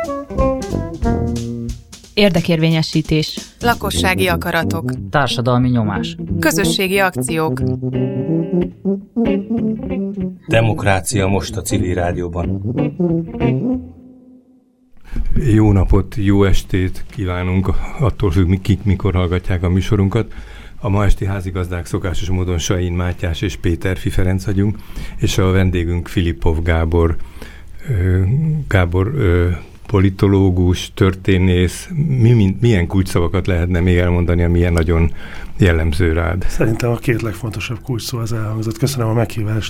Érdekérvényesítés. Lakossági akaratok. Társadalmi nyomás. Közösségi akciók. Demokrácia most a Civil Rádióban. Jó napot, jó estét kívánunk, attól függ, kik mikor hallgatják a műsorunkat. A ma esti házigazdák szokásos módon Sain Mátyás és Péterfi Ferenc vagyunk, és a vendégünk Filippov Gábor politológus, történész. Milyen kulcsszavakat lehetne még elmondani, ami ilyen nagyon jellemző rád? Szerintem a két legfontosabb kulcsszó az elhangzott. Köszönöm a meghívást.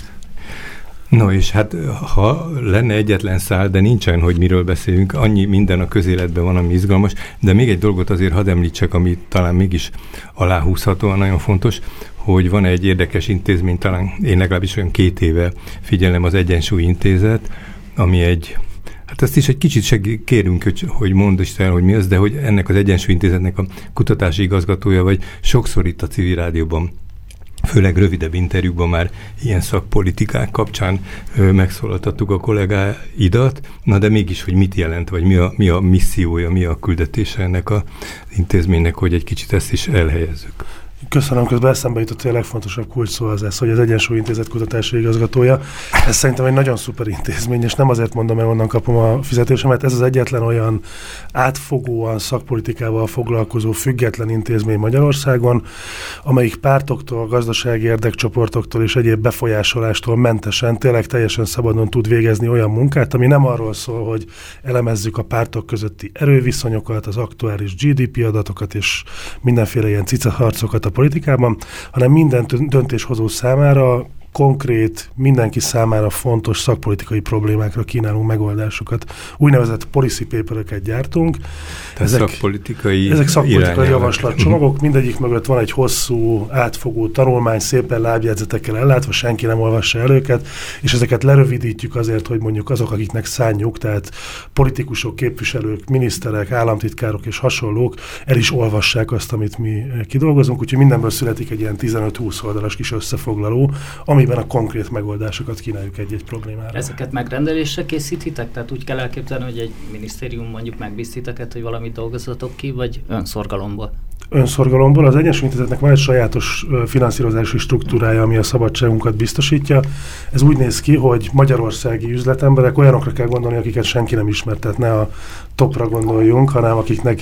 No, és hát ha lenne egyetlen szál, de nincsen, hogy miről beszélünk, annyi minden a közéletben van, ami izgalmas, de még egy dolgot azért hadd említsek, ami talán mégis aláhúzhatóan nagyon fontos, hogy van egy érdekes intézmény, talán én legalábbis olyan 2 éve figyelem, az Egyensúly Intézet, ami hát ezt is egy kicsit kérünk, hogy mondd is el, hogy mi az, de hogy ennek az Egyensúly Intézetnek a kutatási igazgatója vagy, sokszor itt a Civil Rádióban, főleg rövidebb interjúkban már ilyen szakpolitikák kapcsán megszólaltattuk a kollégáidat, na de mégis, hogy mit jelent, vagy mi a missziója, mi a küldetése ennek az intézménynek, hogy egy kicsit ezt is elhelyezzük. Köszönöm, közben eszembe jutott, hogy a legfontosabb kulcs szó az ez, hogy az Egyensúly Intézet kutatási igazgatója. Ez szerintem egy nagyon szuper intézmény, és nem azért mondom, mert onnan kapom a fizetésemet, ez az egyetlen olyan átfogóan szakpolitikával foglalkozó független intézmény Magyarországon, amelyik pártoktól, gazdasági érdekcsoportoktól és egyéb befolyásolástól mentesen, tényleg teljesen szabadon tud végezni olyan munkát, ami nem arról szól, hogy elemezzük a pártok közötti erőviszonyokat, az aktuális GDP adatokat és mindenféle ilyen cicaharcokat a politikában, hanem minden döntéshozó számára konkrét, mindenki számára fontos szakpolitikai problémákra kínálunk megoldásokat. Úgynevezett policy papereket gyártunk. Ezek szakpolitikai javaslatcsomagok, mindegyik mögött van egy hosszú, átfogó tanulmány, szépen lábjegyzetekkel ellátva, senki nem olvassa el őket, és ezeket lerövidítjük azért, hogy mondjuk azok, akiknek szánjuk, tehát politikusok, képviselők, miniszterek, államtitkárok és hasonlók el is olvassák azt, amit mi kidolgozunk, úgyhogy mindenből születik egy ilyen 15-20 oldalas kis összefoglaló, amiben a konkrét megoldásokat kínáljuk egy-egy problémára. Ezeket megrendelésre készítitek? Tehát úgy kell elképzelni, hogy egy minisztérium mondjuk megbíz titeket, hogy valamit dolgozzatok ki, vagy önszorgalomból? Önszorgalomból. Az Egyensúly Intézetnek van egy sajátos finanszírozási struktúrája, ami a szabadságunkat biztosítja. Ez úgy néz ki, hogy magyarországi üzletemberek, olyanokra kell gondolni, akiket senki nem ismert, tehát ne a topra gondoljunk, hanem akiknek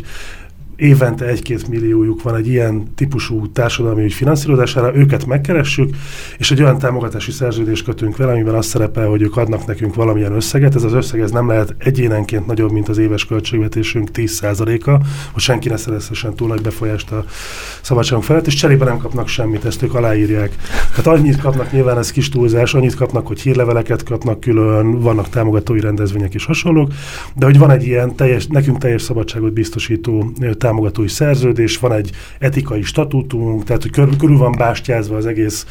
évente 1-2 milliójuk van egy ilyen típusú társadalmi ügy finanszírozására, őket megkeressük, és egy olyan támogatási szerződést kötünk vele, amiben az szerepel, hogy ők adnak nekünk valamilyen összeget. Ez az összeg ez nem lehet egyénenként nagyobb, mint az éves költségvetésünk 10%-a, hogy senki ne szerezhessen túl nagy befolyást a szabadságunk felett, és cserébe nem kapnak semmit, ezt ők aláírják. Tehát annyit kapnak, nyilván ez kis túlzás, annyit kapnak, hogy hírleveleket kapnak külön, vannak támogatói rendezvények és hasonlók, de hogy van egy ilyen nekünk teljes szabadságot biztosító támogatói szerződés, van egy etikai statútumunk, tehát hogy körül van bástyázva az egész,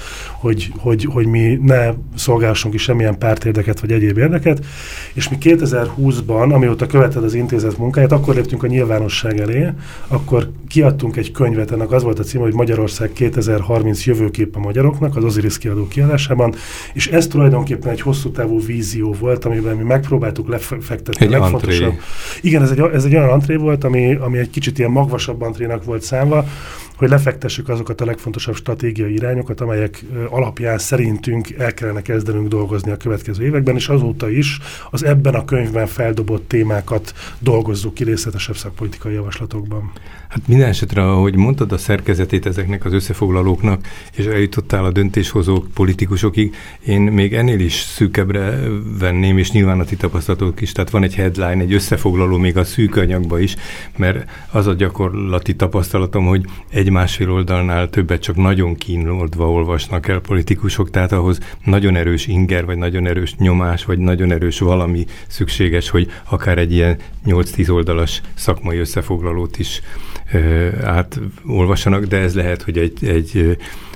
hogy mi ne szolgálhassunk is semmilyen pártérdeket vagy egyéb érdeket, és mi 2020-ban, amióta követed az intézet munkáját, akkor léptünk a nyilvánosság elé, akkor kiadtunk egy könyvet, ennek az volt a címe, hogy Magyarország 2030 jövőkép a magyaroknak, az Osiris kiadó kiadásában, és ez tulajdonképpen egy hosszú távú vízió volt, amiben mi megpróbáltuk lefektetni a legfontosabb. Igen, ez egy olyan antré volt, ami egy kicsit ilyen magvasabb antrénak volt számva, hogy lefektessük azokat a legfontosabb stratégiai irányokat, amelyek alapján szerintünk el kellene kezdenünk dolgozni a következő években, és azóta is az ebben a könyvben feldobott témákat dolgozzuk ki részletesebb szakpolitikai javaslatokban. Hát minden esetre, ahogy mondtad a szerkezetét ezeknek az összefoglalóknak, és eljutottál a döntéshozók, politikusokig, én még ennél is szűkebbre venném, és nyilván a ti tapasztalatok is, tehát van egy headline, egy összefoglaló még a szűk anyagban is, mert az a gyakorlati tapasztalatom, hogy 1-1,5 oldalnál többet csak nagyon kínlódva olvasnak el politikusok, tehát ahhoz nagyon erős inger, vagy nagyon erős nyomás, vagy nagyon erős valami szükséges, hogy akár egy ilyen 8-10 oldalas szakmai összefoglalót is átolvassanak, de ez lehet, hogy egy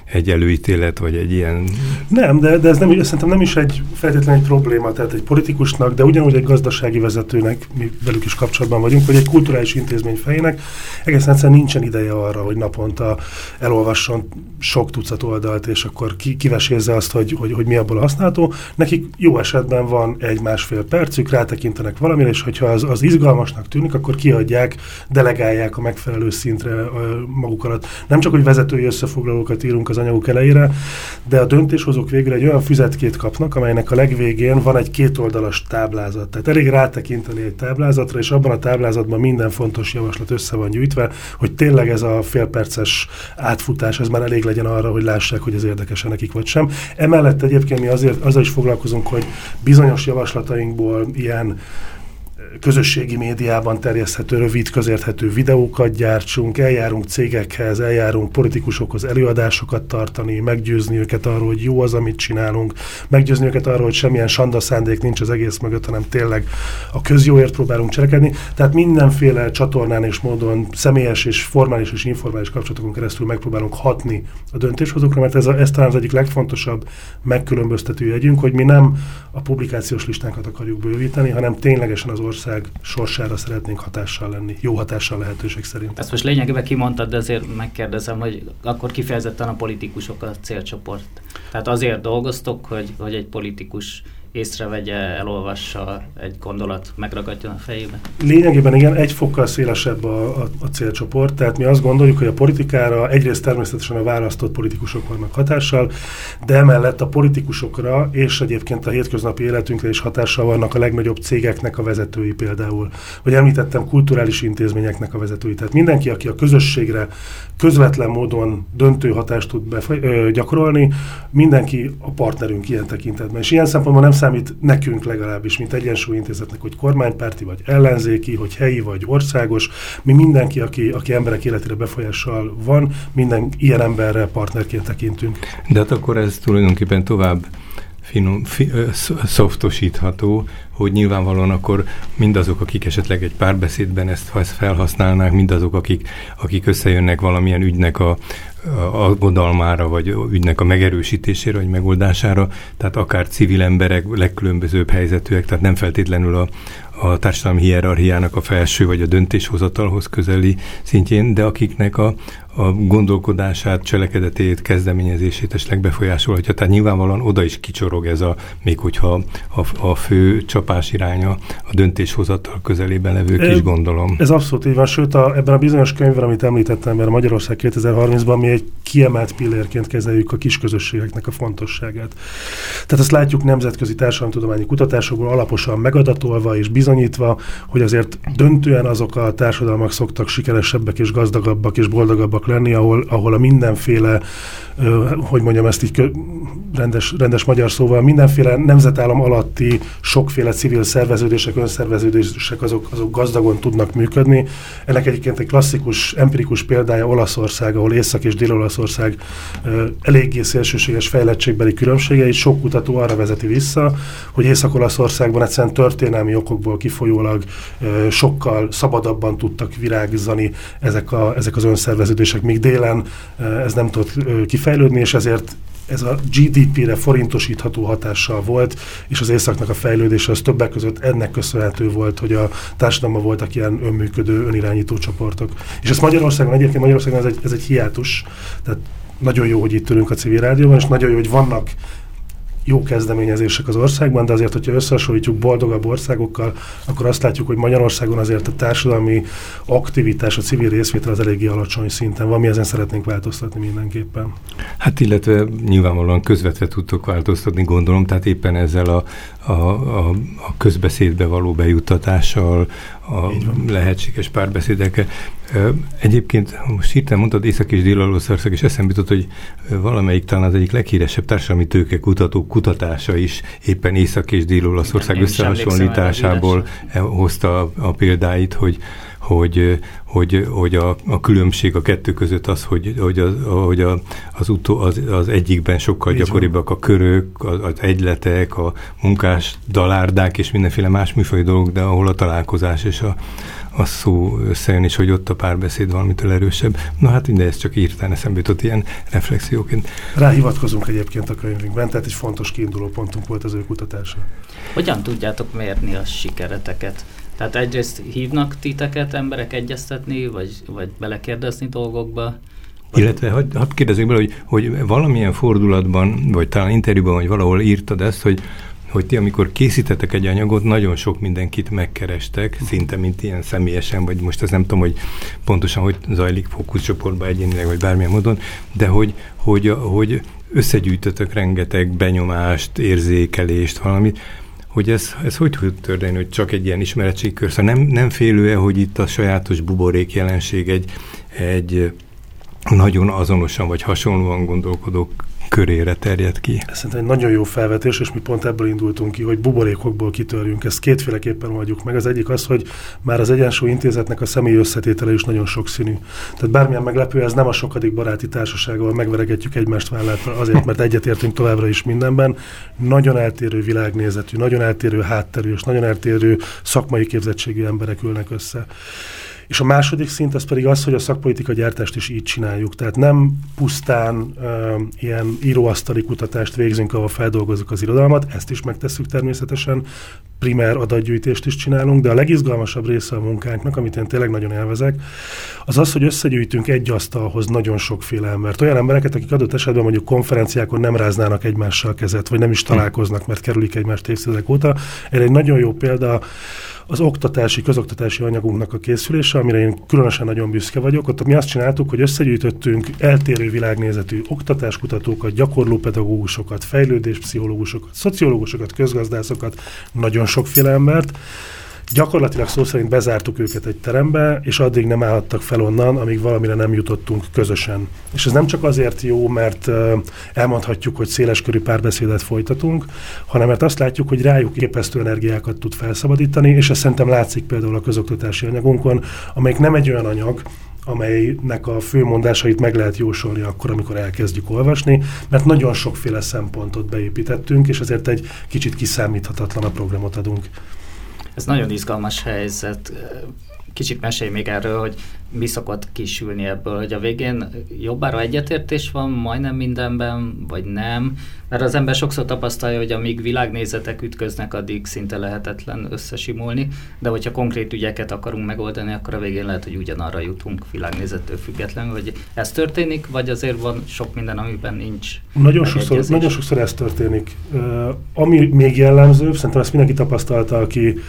egy előítélet, vagy egy ilyen... Nem, de ez nem, szerintem nem is feltétlenül egy probléma, tehát egy politikusnak, de ugyanúgy egy gazdasági vezetőnek, mi velük is kapcsolatban vagyunk, vagy egy kulturális intézmény fejének, egészen egyszerűen nincsen ideje arra, hogy naponta elolvasson sok tucat oldalt, és akkor kivesézze azt, hogy mi abból használható. Nekik jó esetben van 1-1,5 percük, rátekintenek valamire, és hogyha az izgalmasnak tűnik, akkor kiadják, delegálják a megfelelő szintre maguk alatt. Nem csak, hogy vezetői összefoglalókat írunk az anyagok elejére, de a döntéshozók végül egy olyan füzetkét kapnak, amelynek a legvégén van egy 2 oldalas táblázat. Tehát elég rátekinteni egy táblázatra, és abban a táblázatban minden fontos javaslat össze van gyűjtve, hogy tényleg ez a félperces átfutás, ez már elég legyen arra, hogy lássák, hogy ez érdekes nekik vagy sem. Emellett egyébként mi azzal is foglalkozunk, hogy bizonyos javaslatainkból ilyen közösségi médiában terjeszthető, rövid, közérthető videókat gyártsunk, eljárunk cégekhez, eljárunk politikusokhoz előadásokat tartani, meggyőzni őket arról, hogy jó az, amit csinálunk, meggyőzni őket arról, hogy semmilyen sanda szándék nincs az egész mögött, hanem tényleg a közjóért próbálunk cselekedni. Tehát mindenféle csatornán és módon személyes és formális és informális kapcsolatokon keresztül megpróbálunk hatni a döntéshozókra, mert ez talán az egyik legfontosabb megkülönböztető jegyünk, hogy mi nem a publikációs listánkat akarjuk bővíteni, hanem ténylegesen az ország sorsára szeretnénk hatással lenni. Jó hatással lehetőség szerint. Ezt most lényegében kimondtad, de azért megkérdezem, hogy akkor kifejezetten a politikusok a célcsoport. Tehát azért dolgoztok, hogy egy politikus észrevegye, elolvassa, egy gondolat megragadjon a fejébe? Lényegében igen, egy fokkal szélesebb a célcsoport, tehát mi azt gondoljuk, hogy a politikára egyrészt természetesen a választott politikusok vannak hatással, de emellett a politikusokra és egyébként a hétköznapi életünkre is hatással vannak a legnagyobb cégeknek a vezetői például. Vagy említettem, kulturális intézményeknek a vezetői. Tehát mindenki, aki a közösségre közvetlen módon döntő hatást tud gyakorolni, mindenki a partnerünk ilyen tekintetben. És ilyen szempontból nem számít nekünk legalábbis, mint Egyensúlyintézetnek, hogy kormánypárti, vagy ellenzéki, hogy helyi, vagy országos. Mi mindenki, aki emberek életére befolyással van, minden ilyen emberre partnerként tekintünk. De hát akkor ez tulajdonképpen tovább szoftosítható, hogy nyilvánvalóan akkor mindazok, akik esetleg egy párbeszédben ezt felhasználnák, mindazok, akik összejönnek valamilyen ügynek a aggodalmára, vagy ügynek a megerősítésére, vagy megoldására, tehát akár civil emberek, legkülönbözőbb helyzetűek, tehát nem feltétlenül a társadalmi hierarchiának a felső, vagy a döntéshozatalhoz közeli szintjén, de akiknek a gondolkodását, cselekedetét, kezdeményezését esetleg befolyásolhatja. Tehát nyilvánvalóan oda is kicsorog ez még hogyha a fő csapás iránya a döntéshozatal közelében levők is, gondolom. Ez abszolút így van, sőt ebben a bizonyos könyvben, amit említettem, mert a Magyarország 2030-ban mi egy kiemelt pillérként kezeljük a kisközösségeknek a fontosságát. Tehát azt látjuk nemzetközi társadalomtudományi kutatásokból alaposan megadatolva és bizonyítva, hogy azért döntően azok a társadalmak szoktak sikeresebbek és gazdagabbak és boldogabbak lenni, ahol a mindenféle, hogy mondjam ezt így rendes magyar szóval, mindenféle nemzetállam alatti sokféle civil szerveződések, önszerveződések azok gazdagon tudnak működni. Ennek egyébként egy klasszikus, empirikus példája Olaszország, ahol Észak- és Dél-Olaszország eléggé szélsőséges fejlettségbeli különbségeit. Sok kutató arra vezeti vissza, hogy Észak-Olaszországban egyszerűen történelmi okokból kifolyólag sokkal szabadabban tudtak virágzani ezek az önszerveződések, míg délen ez nem tudott kifejlődni, és ezért ez a GDP-re forintosítható hatással volt, és az északnak a fejlődése az többek között ennek köszönhető volt, hogy a társadalomban voltak ilyen önműködő, önirányító csoportok. És ez Magyarországon ez egy hiátus, tehát nagyon jó, hogy itt ülünk a civil rádióban, és nagyon jó, hogy vannak jó kezdeményezések az országban, de azért, hogyha összehasonlítjuk boldogabb országokkal, akkor azt látjuk, hogy Magyarországon azért a társadalmi aktivitás, a civil részvétel az eléggé alacsony szinten van, mi ezen szeretnénk változtatni mindenképpen. Hát illetve nyilvánvalóan közvetve tudtok változtatni, gondolom, tehát éppen ezzel a közbeszédbe való bejuttatással, a lehetséges párbeszédekkel. Egyébként most hirtelen mondtad Észak- és Dél-Olaszország, és eszembe jutott, hogy valamelyik talán az egyik leghíresebb társadalmi tőkekutató kutatása is éppen Észak- és Dél-Olaszország összehasonlításából hozta a példáit, hogy a különbség a kettő között az, hogy az egyikben sokkal gyakoribbak a körök, az egyletek, a munkás dalárdák és mindenféle más műfaji dolgok, de ahol a találkozás és a szó összejön, és hogy ott a párbeszéd valamitől erősebb. Na hát mindez csak írtán eszembe jutott ilyen reflexióként. Ráhivatkozunk egyébként a könyvünkben, tehát egy fontos kiinduló pontunk volt az ő kutatása. Hogyan tudjátok mérni a sikereteket? Tehát egyrészt hívnak titeket emberek egyeztetni, vagy belekérdezni dolgokba? Illetve hadd kérdezzük bele, hogy valamilyen fordulatban, vagy talán interjúban, vagy valahol írtad ezt, hogy ti, amikor készítettek egy anyagot, nagyon sok mindenkit megkerestek, szinte mint ilyen személyesen, vagy most ezt nem tudom, hogy pontosan hogy zajlik fókuszcsoportban egyénileg, vagy bármilyen módon, de hogy összegyűjtötök rengeteg benyomást, érzékelést, valamit, hogy ez hogy tud történni, hogy csak egy ilyen ismeretségkör? Szóval nem félő-e, hogy itt a sajátos buborék jelenség egy nagyon azonosan vagy hasonlóan gondolkodók körére terjed ki? Ez szerintem egy nagyon jó felvetés, és mi pont ebből indultunk ki, hogy buborékokból kitörjünk. Ezt kétféleképpen oldjuk meg. Az egyik az, hogy már az Egyensúly Intézetnek a személyi összetétele is nagyon sokszínű. Tehát bármilyen meglepő, ez nem a sokadik baráti társasággal megveregetjük egymást vállát azért, mert egyetértünk továbbra is mindenben. Nagyon eltérő világnézetű, nagyon eltérő hátterű és nagyon eltérő szakmai képzettségű emberek ülnek össze. És a második szint az pedig az, hogy a szakpolitika gyártást is így csináljuk. Tehát nem pusztán ilyen íróasztali kutatást végzünk, ahol feldolgozzuk az irodalmat, ezt is megtesszük természetesen, primer adatgyűjtést is csinálunk, de a legizgalmasabb része a munkánknak, amit én tényleg nagyon élvezek, az az, hogy összegyűjtünk egy asztalhoz nagyon sokféle embert. Olyan embereket, akik adott esetben mondjuk konferenciákon nem ráznának egymással kezet, vagy nem is találkoznak, mert kerülik egymást évtizedek óta. Erre egy nagyon jó példa az közoktatási anyagunknak a készülése, amire én különösen nagyon büszke vagyok. Ott mi azt csináltuk, hogy összegyűjtöttünk eltérő világnézetű oktatáskutatókat, gyakorlópedagógusokat, fejlődéspszichológusokat, szociológusokat, közgazdászokat, nagyon sokféle embert. Gyakorlatilag szó szerint bezártuk őket egy terembe, és addig nem állhattak fel onnan, amíg valamire nem jutottunk közösen. És ez nem csak azért jó, mert elmondhatjuk, hogy széleskörű párbeszédet folytatunk, hanem mert azt látjuk, hogy rájuk képesztő energiákat tud felszabadítani, és ez szerintem látszik például a közoktatási anyagunkon, amelyik nem egy olyan anyag, amelynek a fő mondásait meg lehet jósolni akkor, amikor elkezdjük olvasni, mert nagyon sokféle szempontot beépítettünk, és ezért egy kicsit kiszámíthatatlanabb programot adunk. Ez nagyon izgalmas helyzet. Kicsit mesélj még erről, hogy mi szokott kisülni ebből, hogy a végén jobbára egyetértés van majdnem mindenben, vagy nem. Mert az ember sokszor tapasztalja, hogy amíg világnézetek ütköznek, addig szinte lehetetlen összesimulni, de hogyha konkrét ügyeket akarunk megoldani, akkor a végén lehet, hogy ugyanarra jutunk világnézettől függetlenül, hogy ez történik, vagy azért van sok minden, amiben nincs Nagyon sokszor ez történik. Ami még jellemzőbb, szerintem ezt mindenki tapasztalta,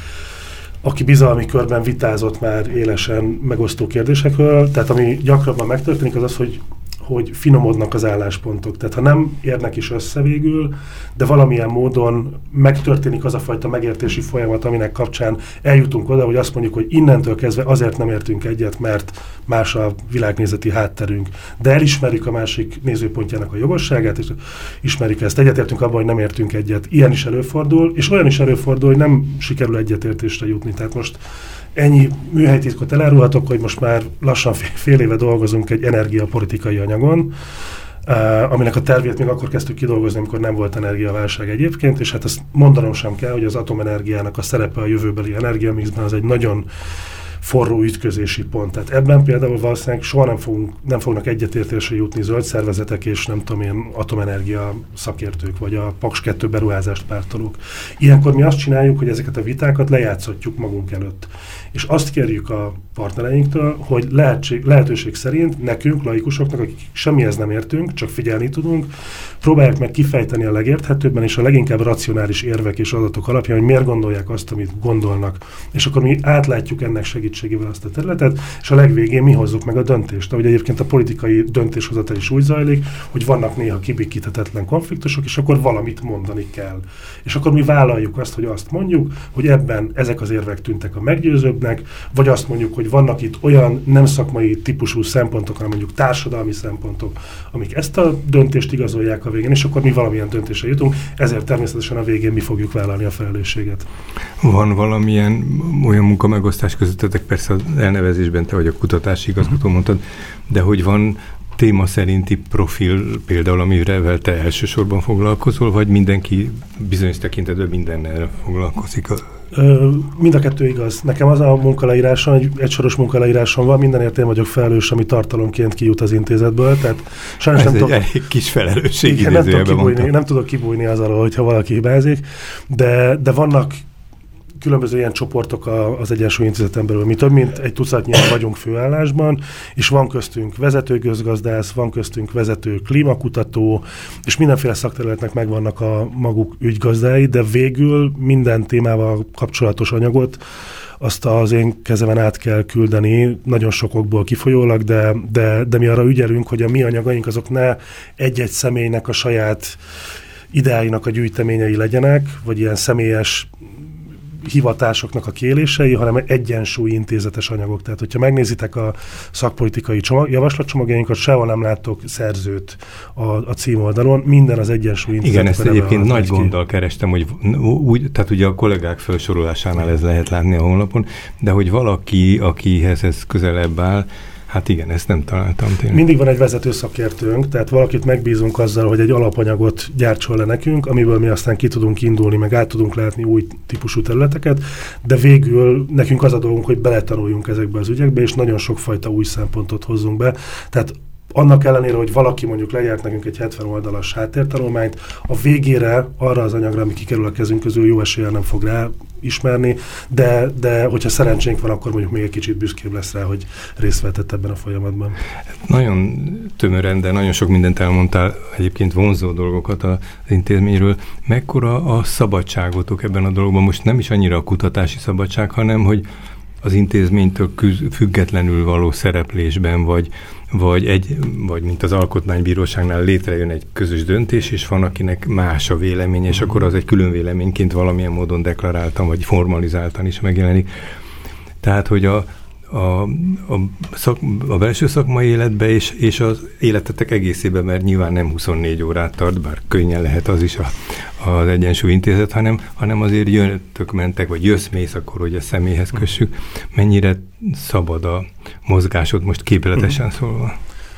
aki bizalmi körben vitázott már élesen megosztó kérdésekről. Tehát ami gyakrabban megtörténik, az az, hogy finomodnak az álláspontok. Tehát ha nem érnek is össze végül, de valamilyen módon megtörténik az a fajta megértési folyamat, aminek kapcsán eljutunk oda, hogy azt mondjuk, hogy innentől kezdve azért nem értünk egyet, mert más a világnézeti hátterünk. De elismerjük a másik nézőpontjának a jogosságát, és ismerjük ezt. Egyetértünk abban, hogy nem értünk egyet. Ilyen is előfordul, és olyan is előfordul, hogy nem sikerül egyetértésre jutni. Tehát most ennyi műhelytitkot elárulhatok, hogy most már lassan fél éve dolgozunk egy energiapolitikai anyagon, aminek a tervét még akkor kezdtük kidolgozni, amikor nem volt energiaválság egyébként, és hát azt mondanom sem kell, hogy az atomenergiának a szerepe a jövőbeli energiamixben az egy nagyon forró ütközési pont. Tehát ebben például valószínűleg soha nem fognak egyetértésre jutni zöld szervezetek és nem tudom én atomenergia szakértők, vagy a Paks 2 beruházást pártolók. Ilyenkor mi azt csináljuk, hogy ezeket a vitákat lejátszhatjuk magunk előtt. És azt kérjük a partnereinktől, hogy lehetőség szerint nekünk, laikusoknak, akik semmihez nem értünk, csak figyelni tudunk, próbálják meg kifejteni a legérthetőbben és a leginkább racionális érvek és adatok alapján, hogy miért gondolják azt, amit gondolnak. És akkor mi átlátjuk ennek segítségével azt a területet, és a legvégén mi hozzuk meg a döntést. Ahogy egyébként a politikai döntéshozatal is úgy zajlik, hogy vannak néha kibékíthetetlen konfliktusok, és akkor valamit mondani kell. És akkor mi vállaljuk azt, hogy azt mondjuk, hogy ebben ezek az érvek tűntek a meggyőzőbbnek, vagy azt mondjuk, hogy vannak itt olyan nem szakmai típusú szempontok, hanem mondjuk társadalmi szempontok, amik ezt a döntést igazolják a végén, és akkor mi valamilyen döntésre jutunk, ezért természetesen a végén mi fogjuk vállalni a felelősséget. Van valamilyen olyan munkamegosztás közöttetek, egyetértek, persze az elnevezésben te vagy a kutatási igazgató, mondtad, de hogy van téma szerinti profil például, amivel te elsősorban foglalkozol, vagy mindenki bizonyos tekintetben mindennel foglalkozik? Mind a kettő igaz. Nekem az a munkaleírásom, egy soros munkaleírásom van, mindenért én vagyok felelős, ami tartalomként kijut az intézetből. Tehát sajnos ez egy elég kis felelősség. Igen, nem tudok kibújni az alól, hogyha valaki hibázik, de vannak különböző ilyen csoportok az Egyensúly Intézeten belül. Mi több mint egy tucatnyian vagyunk főállásban, és van köztünk vezető közgazdász, van köztünk vezető klímakutató, és mindenféle szakterületnek megvannak a maguk ügygazdái, de végül minden témával kapcsolatos anyagot azt az én kezemen át kell küldeni, nagyon sokokból kifolyólag, de mi arra ügyelünk, hogy a mi anyagaink azok ne egy-egy személynek a saját ideáinak a gyűjteményei legyenek, vagy ilyen személyes hivatásoknak a kiélései, hanem egyensúly intézetes anyagok. Tehát, hogyha megnézitek a szakpolitikai javaslatcsomagjainkat, sehol nem láttok szerzőt a címoldalon, minden az egyensúly intézetek. Igen, ezt egyébként nagy gonddal kerestem, hogy úgy, tehát ugye a kollégák felsorolásánál ez lehet látni a honlapon, de hogy valaki, akihez ez közelebb áll, hát igen, ezt nem találtam tényleg. Mindig van egy vezető szakértőnk, tehát valakit megbízunk azzal, hogy egy alapanyagot gyártson le nekünk, amiből mi aztán ki tudunk indulni, meg át tudunk látni új típusú területeket, de végül nekünk az a dolgunk, hogy beletanuljunk ezekbe az ügyekbe, és nagyon sokfajta új szempontot hozzunk be. Tehát annak ellenére, hogy valaki mondjuk lejárt nekünk egy 70 oldalas háttértanulmányt, a végére arra az anyagra, ami kikerül a kezünk közül, jó eséllyel nem fog rá ismerni, de hogyha szerencsénk van, akkor mondjuk még egy kicsit büszkébb lesz rá, hogy részt vettett ebben a folyamatban. Nagyon tömören, de nagyon sok mindent elmondtál, egyébként vonzó dolgokat az intézményről. Mekkora a szabadságotok ebben a dologban? Most nem is annyira a kutatási szabadság, hanem hogy az intézménytől függetlenül való szereplésben, vagy mint az Alkotmánybíróságnál létrejön egy közös döntés, és van, akinek más a véleménye, és akkor az egy külön véleményként valamilyen módon deklaráltan, vagy formalizáltan is megjelenik. Tehát, hogy a belső szakmai életbe és az életetek egészében, mert nyilván nem 24 órát tart, bár könnyen lehet az is az Egyensúly Intézet, hanem azért jöttök, mentek, vagy jössz-mész, akkor, hogy a személyhez kössük. Mennyire szabad a mozgásod most képletesen szólva?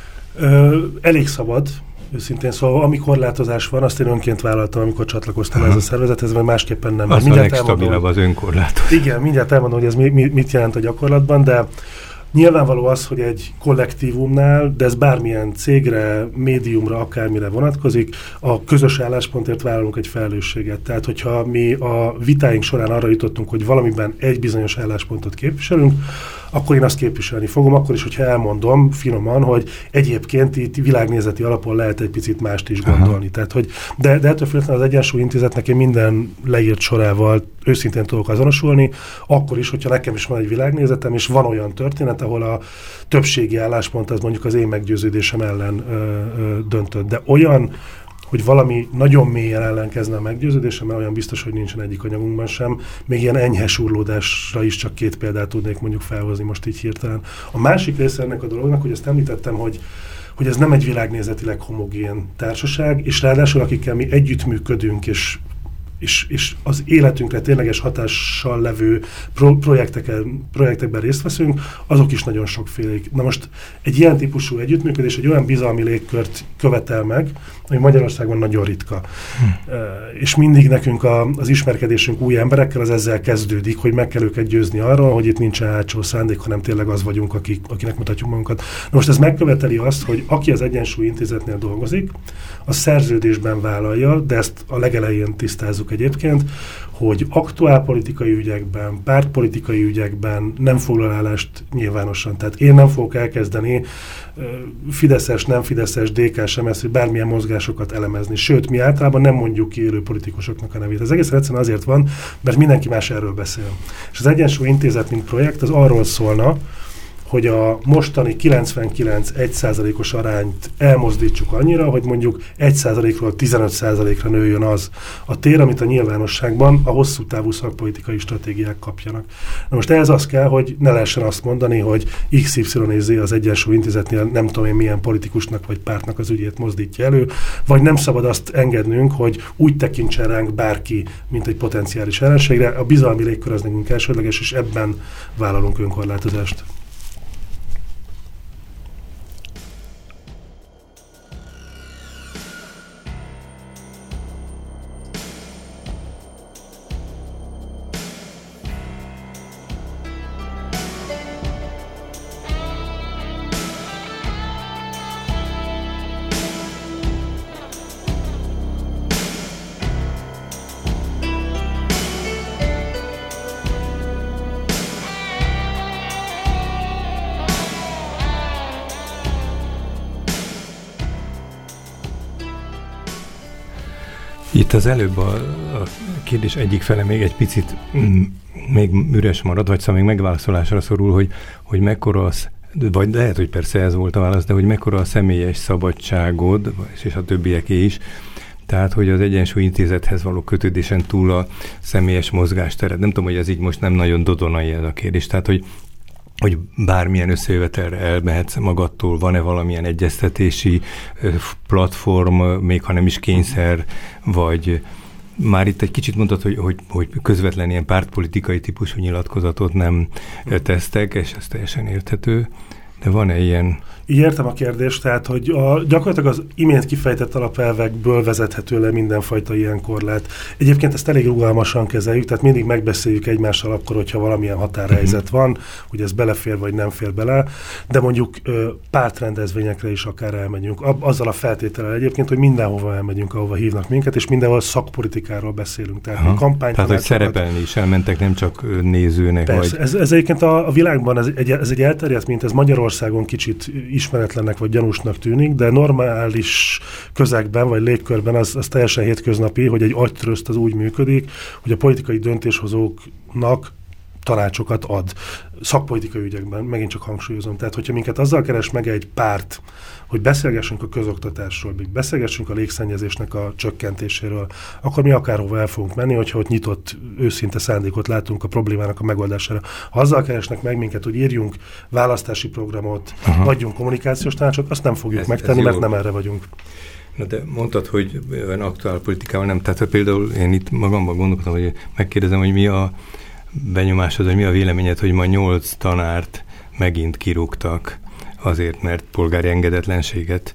Elég szabad. Őszintén szóval, ami korlátozás van, azt én önként vállaltam, amikor csatlakoztam ez a szervezethez, mert másképpen nem. Az a legstabilabb az önkorlátozás. Igen, mindjárt elmondom, hogy ez mit jelent a gyakorlatban, de nyilvánvaló az, hogy egy kollektívumnál, de ez bármilyen cégre, médiumra, akármire vonatkozik, a közös álláspontért vállalunk egy felelősséget. Tehát, hogyha mi a vitáink során arra jutottunk, hogy valamiben egy bizonyos álláspontot képviselünk, akkor én azt képviselni fogom, akkor is, hogyha elmondom finoman, hogy egyébként itt világnézeti alapon lehet egy picit mást is gondolni. Tehát, hogy, de ettől függetlenül az Egyensúly Intézetnek én minden leírt sorával őszintén tudok azonosulni, akkor is, hogyha nekem is van egy világnézetem, és van olyan történet, ahol a többségi álláspont az mondjuk az én meggyőződésem ellen döntött. De olyan, hogy valami nagyon mélyen ellenkezne a meggyőződésemmel, olyan biztos, hogy nincsen egyik anyagunkban sem. Még ilyen enyhe surlódásra is csak 2 példát tudnék mondjuk felhozni most így hirtelen. A másik része ennek a dolognak, hogy azt említettem, hogy ez nem egy világnézetileg homogén társaság, és ráadásul akikkel mi együttműködünk, és az életünkre tényleges hatással levő projektekben részt veszünk, azok is nagyon sokfélék. Na most egy ilyen típusú együttműködés egy olyan bizalmi légkört követel meg, ami Magyarországon nagyon ritka. És mindig nekünk az ismerkedésünk új emberekkel az ezzel kezdődik, hogy meg kell őket győzni arról, hogy itt nincsen hátsó szándék, hanem tényleg az vagyunk, akinek mutatjuk magunkat. Na most ez megköveteli azt, hogy aki az Egyensúly Intézetnél dolgozik, a szerződésben vállalja, de ezt a legelején tisztázzuk egyébként, hogy aktuálpolitikai ügyekben, pártpolitikai ügyekben nem foglal állást nyilvánosan. Tehát én nem fogok elkezdeni fideszes, nem fideszes, DK-s, MSZ, bármilyen mozgásokat elemezni. Sőt, mi általában nem mondjuk ki élő politikusoknak a nevét. Ez egészen egyszerűen azért van, mert mindenki más erről beszél. És az Egyensúly Intézet, mint projekt, az arról szólna, hogy a mostani 99-1%-os arányt elmozdítsuk annyira, hogy mondjuk 1%-ról 15%-ra nőjön az a tér, amit a nyilvánosságban a hosszú távú szakpolitikai stratégiák kapjanak. Na most ehhez az kell, hogy ne lehessen azt mondani, hogy XYZ az Egyensúly Intézetnél nem tudom én milyen politikusnak vagy pártnak az ügyét mozdítja elő, vagy nem szabad azt engednünk, hogy úgy tekintsen ránk bárki, mint egy potenciális ellenségre. A bizalmi légkör az nekünk elsődleges, és ebben vállalunk önkorlátozást. Itt az előbb a kérdés egyik fele még egy picit még üres marad, vagy szóval még megválaszolásra szorul, hogy mekkora az, vagy lehet, hogy persze ez volt a válasz, de hogy mekkora a személyes szabadságod, és a többieké is, tehát, hogy az Egyensúly Intézethez való kötődésen túl a személyes mozgástered. Nem tudom, hogy ez így most nem nagyon dodonai ez a kérdés, tehát, hogy bármilyen összejövetelre elmehetsz magadtól, van-e valamilyen egyeztetési platform, még ha nem is kényszer, vagy már itt egy kicsit mondtad, hogy közvetlen ilyen pártpolitikai típusú nyilatkozatot nem tesztek, és ez teljesen érthető, de van-e ilyen? Így értem a kérdést, tehát, hogy gyakorlatilag az imént kifejtett alapelvekből vezethető le mindenfajta ilyen korlát. Egyébként ezt elég rugalmasan kezeljük, tehát mindig megbeszéljük egymással akkor, hogyha valamilyen határhelyzet van, hogy ez belefér vagy nem fér bele, de mondjuk pártrendezvényekre is akár elmegyünk. Azzal a feltétellel egyébként, hogy mindenhova elmegyünk, ahova hívnak minket, és mindenhol szakpolitikáról beszélünk. Tehát kampányt. Tehát, hogy szerepelni is elmentek, nem csak nézőnek. Persze, vagy... ez egyébként a világban ez egy elterjedt, mint ez Magyarországon kicsit ismeretlennek vagy gyanúsnak tűnik, de normális közegben vagy légkörben az teljesen hétköznapi, hogy egy agytröszt az úgy működik, hogy a politikai döntéshozóknak tanácsokat ad szakpolitikai ügyekben, megint csak hangsúlyozom. Tehát, hogyha minket azzal keres meg egy párt, hogy beszélgessünk a közoktatásról, beszélgessünk a légszennyezésnek a csökkentéséről, akkor mi akárhova el fogunk menni, hogyha ott nyitott, őszinte szándékot látunk a problémának a megoldására. Ha azzal keresnek meg minket, hogy írjunk választási programot, adjunk kommunikációs tanácsot, azt nem fogjuk megtenni, mert nem erre vagyunk. Na de mondtad, hogy olyan aktuál politikával nem. Tehát például én itt magamban gondolkodtam, hogy megkérdezem, hogy mi a benyomásod, hogy mi a véleményed, hogy ma 8 tanárt megint kirúgtak azért, mert polgári engedetlenséget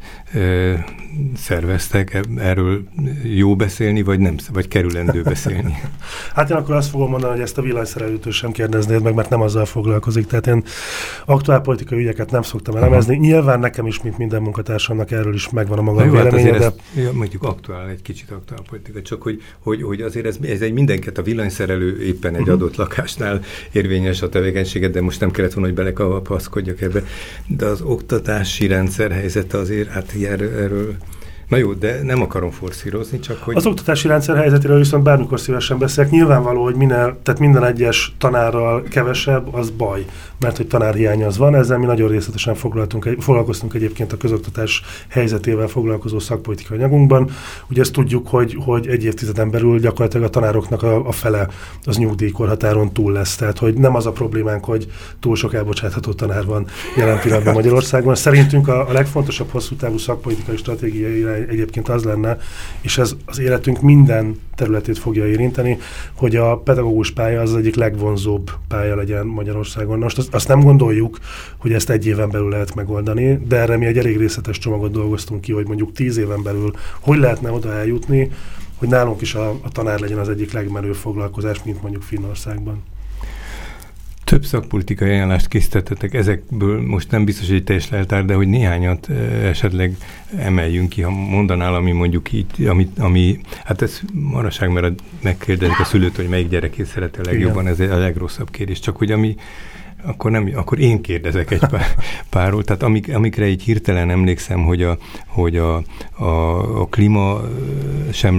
szerveztek. Erről jó beszélni, vagy nem, vagy kerülendő beszélni? Hát én akkor azt fogom mondani, hogy ezt a villanyszerelőtől sem kérdeznéd meg, mert nem azzal foglalkozik. Tehát én aktuál politikai ügyeket nem szoktam elemezni. Nyilván nekem is, mint minden munkatársamnak erről is megvan a maga véleménye, de... mondjuk aktuál, egy kicsit aktuál politika, csak hogy azért ez egy mindenket, a villanyszerelő éppen egy adott lakásnál érvényes a tevékenységet, de most nem kellett volna, hogy belekapaszkodjak ebbe. De az oktatási rendszer helyzete azért, hát erről... Na jó, de nem akarom forszírozni, csak hogy... Az oktatási rendszer helyzetéről viszont bármikor szívesen beszélek. Nyilvánvaló, hogy tehát minden egyes tanárral kevesebb, az baj, mert hogy tanárhiány az van. Ezzel mi nagyon részletesen foglalkoztunk egyébként a közoktatás helyzetével foglalkozó szakpolitikai anyagunkban. Ugye ezt tudjuk, hogy egy évtizeden belül gyakorlatilag a tanároknak a fele az nyugdíjkorhatáron túl lesz. Tehát, hogy nem az a problémánk, hogy túl sok elbocsátható tanár van jelen pillanatban Magyarországon. Szerintünk a legfontosabb hosszú távú szakpolitikai stratégiai egyébként az lenne, és ez az életünk minden területét fogja érinteni, hogy a pedagógus pálya az egyik legvonzóbb pálya legyen Magyarországon. Most azt nem gondoljuk, hogy ezt egy éven belül lehet megoldani, de erre mi egy elég részletes csomagot dolgoztunk ki, hogy mondjuk 10 éven belül hogy lehetne oda eljutni, hogy nálunk is a tanár legyen az egyik legmenőbb foglalkozás, mint mondjuk Finnországban. Több szakpolitikai ajánlást készítettetek, ezekből most nem biztos, hogy teljes leltár, de hogy néhányat esetleg emeljünk ki, ha mondanál, ami mondjuk így, ami hát ez maraság, mert megkérdezik a szülőt, hogy melyik gyerekét szereti a legjobban, ez a legrosszabb kérdés, csak hogy akkor én kérdezek egy párról, tehát amikre így hirtelen emlékszem, hogy a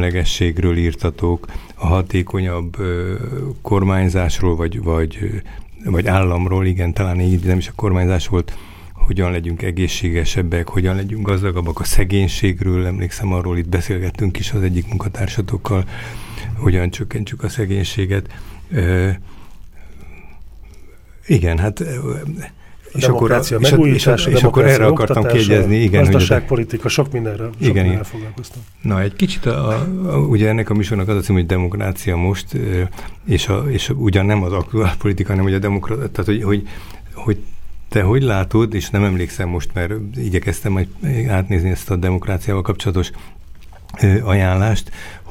klímasemlegességről írtatok, a hatékonyabb kormányzásról, vagy vagy államról, igen, talán így nem is a kormányzás volt, hogyan legyünk egészségesebbek, hogyan legyünk gazdagabbak, a szegénységről, emlékszem, arról itt beszélgettünk is az egyik munkatársatokkal, hogyan csökkentsük a szegénységet. Igen, hát és akkor erre akartam kiegyezni, igen, gazdaságpolitika, sok mindenre foglalkoztam. Na, egy kicsit ugye ennek a műsornak az a cím, hogy Demokrácia most, és ugyan nem az aktuál politika, hanem hogy a demokrácia, tehát hogy te hogy látod, és nem emlékszem most, mert igyekeztem majd átnézni ezt a demokráciával kapcsolatos ajánlást,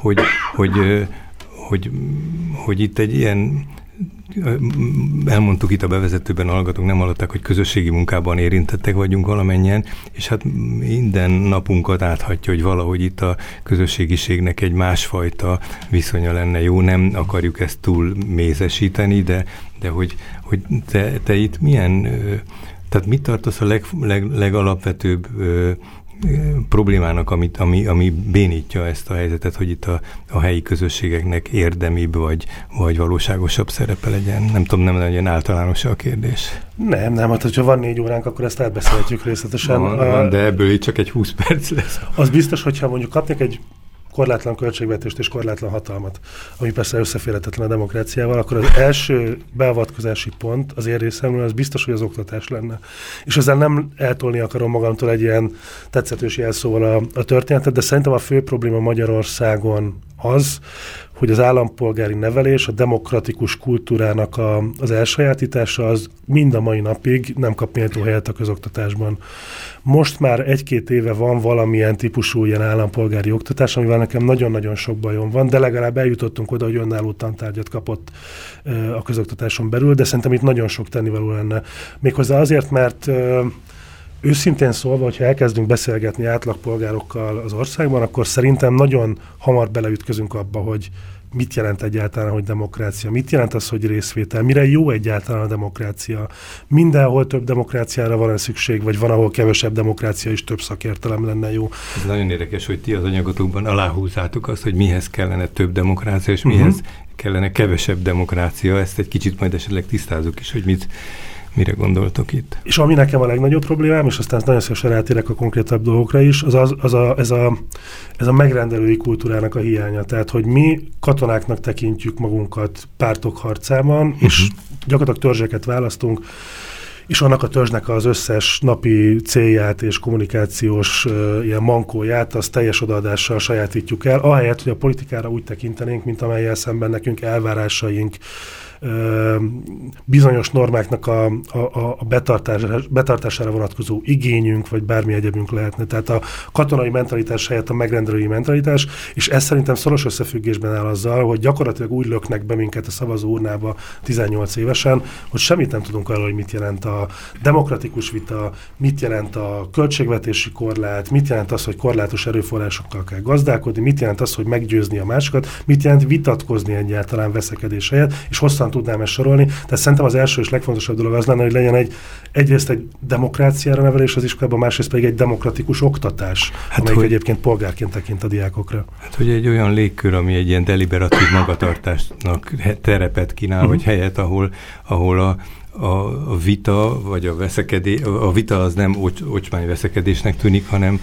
hogy itt egy ilyen, elmondtuk itt a bevezetőben, a hallgatók nem hallották, hogy közösségi munkában érintettek vagyunk valamennyien, és hát minden napunkat áthatja, hogy valahogy itt a közösségiségnek egy másfajta viszonya lenne jó, nem akarjuk ezt túl mézesíteni, de hogy te itt milyen, tehát mit tartasz a legalapvetőbb problémának, ami bénítja ezt a helyzetet, hogy itt a helyi közösségeknek érdemibb vagy valóságosabb szerepe legyen? Nem tudom, nem legyen általános a kérdés. Nem, hát hogyha van 4 óránk, akkor ezt átbeszélhetjük részletesen. Van, de ebből itt csak egy 20 perc lesz. Az biztos, hogyha mondjuk kapnék egy korlátlan költségvetést és korlátlan hatalmat, ami persze összeférhetetlen a demokráciával, akkor az első beavatkozási pont az én részemről az biztos, hogy az oktatás lenne. És ezzel nem eltolni akarom magamtól egy ilyen tetszetős jelszóval a történetet, de szerintem a fő probléma Magyarországon az, hogy az állampolgári nevelés, a demokratikus kultúrának az elsajátítása az mind a mai napig nem kap méltó helyet a közoktatásban. Most már 1-2 éve van valamilyen típusú ilyen állampolgári oktatás, amivel nekem nagyon-nagyon sok bajom van, de legalább eljutottunk oda, hogy önálló tantárgyat kapott a közoktatáson belül, de szerintem itt nagyon sok tennivaló lenne. Méghozzá azért, mert őszintén szólva, hogyha elkezdünk beszélgetni átlagpolgárokkal az országban, akkor szerintem nagyon hamar beleütközünk abba, hogy mit jelent egyáltalán, hogy demokrácia, mit jelent az, hogy részvétel, mire jó egyáltalán a demokrácia. Mindenhol több demokráciára van szükség, vagy van, ahol kevesebb demokrácia és több szakértelem lenne jó. Ez nagyon érdekes, hogy ti az anyagotokban aláhúzzátok azt, hogy mihez kellene több demokrácia, és mihez kellene kevesebb demokrácia. Ezt egy kicsit majd esetleg tisztázunk is, hogy mire gondoltok itt? És ami nekem a legnagyobb problémám, és aztán nagyon szívesen rátérek a konkrétabb dolgokra is, ez a megrendelői kultúrának a hiánya. Tehát, hogy mi katonáknak tekintjük magunkat pártok harcában, és gyakorlatilag törzseket választunk, és annak a törzsnek az összes napi célját és kommunikációs ilyen mankóját, azt teljes odaadással sajátítjuk el, ahelyett, hogy a politikára úgy tekintenénk, mint amellyel szemben nekünk elvárásaink, bizonyos normáknak a betartására vonatkozó igényünk, vagy bármi egyebünk lehetne. Tehát a katonai mentalitás helyett a megrendelői mentalitás, és ez szerintem szoros összefüggésben áll azzal, hogy gyakorlatilag úgy löknek be minket a szavazó urnába 18 évesen, hogy semmit nem tudunk arról, hogy mit jelent a demokratikus vita, mit jelent a költségvetési korlát, mit jelent az, hogy korlátos erőforrásokkal kell gazdálkodni, mit jelent az, hogy meggyőzni a másikat, mit jelent vitatkozni egyáltalán veszekedés helyett, és hosszan tudnám ezt sorolni. Tehát szerintem az első és legfontosabb dolog az lenne, hogy legyen egyrészt egy demokráciára nevelés az iskolában, másrészt pedig egy demokratikus oktatás, amelyik egyébként polgárként tekint a diákokra. Hát, hogy egy olyan légkör, ami egy ilyen deliberatív magatartásnak terepet kínál, vagy helyet, ahol a vita, vagy a vita az nem ocsmány veszekedésnek tűnik, hanem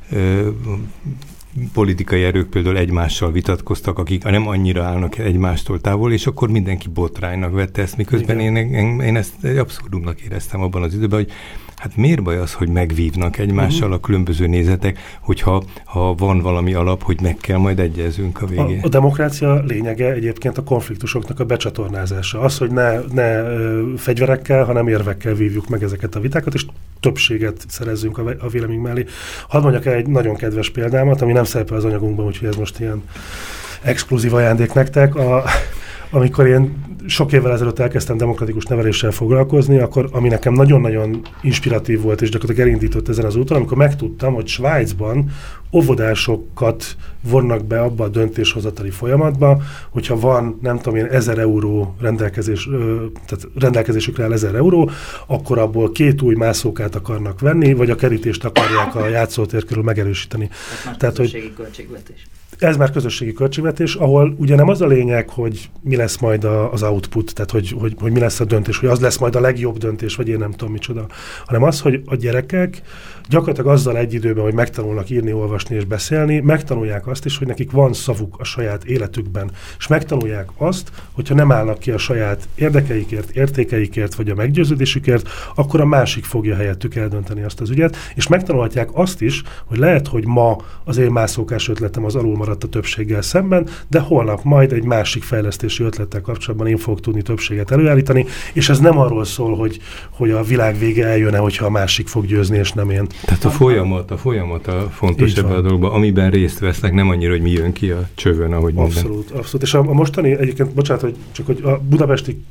politikai erők például egymással vitatkoztak, akik nem annyira állnak egymástól távol, és akkor mindenki botránynak vette ezt, miközben én ezt egy abszurdumnak éreztem abban az időben, hogy hát miért baj az, hogy megvívnak egymással a különböző nézetek, hogyha van valami alap, hogy meg kell majd egyezünk a végén. A demokrácia lényege egyébként a konfliktusoknak a becsatornázása. Az, hogy ne fegyverekkel, hanem érvekkel vívjuk meg ezeket a vitákat, és többséget szerezzünk a vélemény mellé. Hadd mondjak el egy nagyon kedves példámat, ami nem szerepel az anyagunkban, úgyhogy ez most ilyen exkluzív ajándék nektek. Amikor én sok évvel ezelőtt elkezdtem demokratikus neveléssel foglalkozni, akkor ami nekem nagyon-nagyon inspiratív volt, és gyakorlatilag elindított ezen az úton, amikor megtudtam, hogy Svájcban óvodásokat vonnak be abba a döntéshozatali folyamatba, hogyha van, nem tudom én, 1000 euró tehát rendelkezésükre áll 1000 euró, akkor abból 2 új mászókát akarnak venni, vagy a kerítést akarják a játszótér körül megerősíteni. Tehát, hogy költségvetés. Ez már közösségi költségvetés, ahol ugye nem az a lényeg, hogy mi lesz majd az output, tehát hogy mi lesz a döntés, hogy az lesz majd a legjobb döntés, vagy én nem tudom micsoda, hanem az, hogy a gyerekek gyakorlatilag azzal egy időben, hogy megtanulnak írni, olvasni és beszélni, megtanulják azt is, hogy nekik van szavuk a saját életükben, és megtanulják azt, hogyha nem állnak ki a saját érdekeikért, értékeikért, vagy a meggyőződésükért, akkor a másik fogja helyettük eldönteni azt az ügyet, és megtanulhatják azt is, hogy lehet, hogy ma az én mászókás ötletem az alul maradt a többséggel szemben, de holnap majd egy másik fejlesztési ötlettel kapcsolatban én fogok tudni többséget előállítani, és ez nem arról szól, hogy a világ vége eljön-e, hogyha a másik fog győzni, és nem én. Tehát a folyamat a fontos ebben a dologban, amiben részt vesznek, nem annyira, hogy mi jön ki a csövön, ahogy abszolút, minden. Abszolút. És a mostani, egyébként, bocsánat, hogy csak hogy a budapesti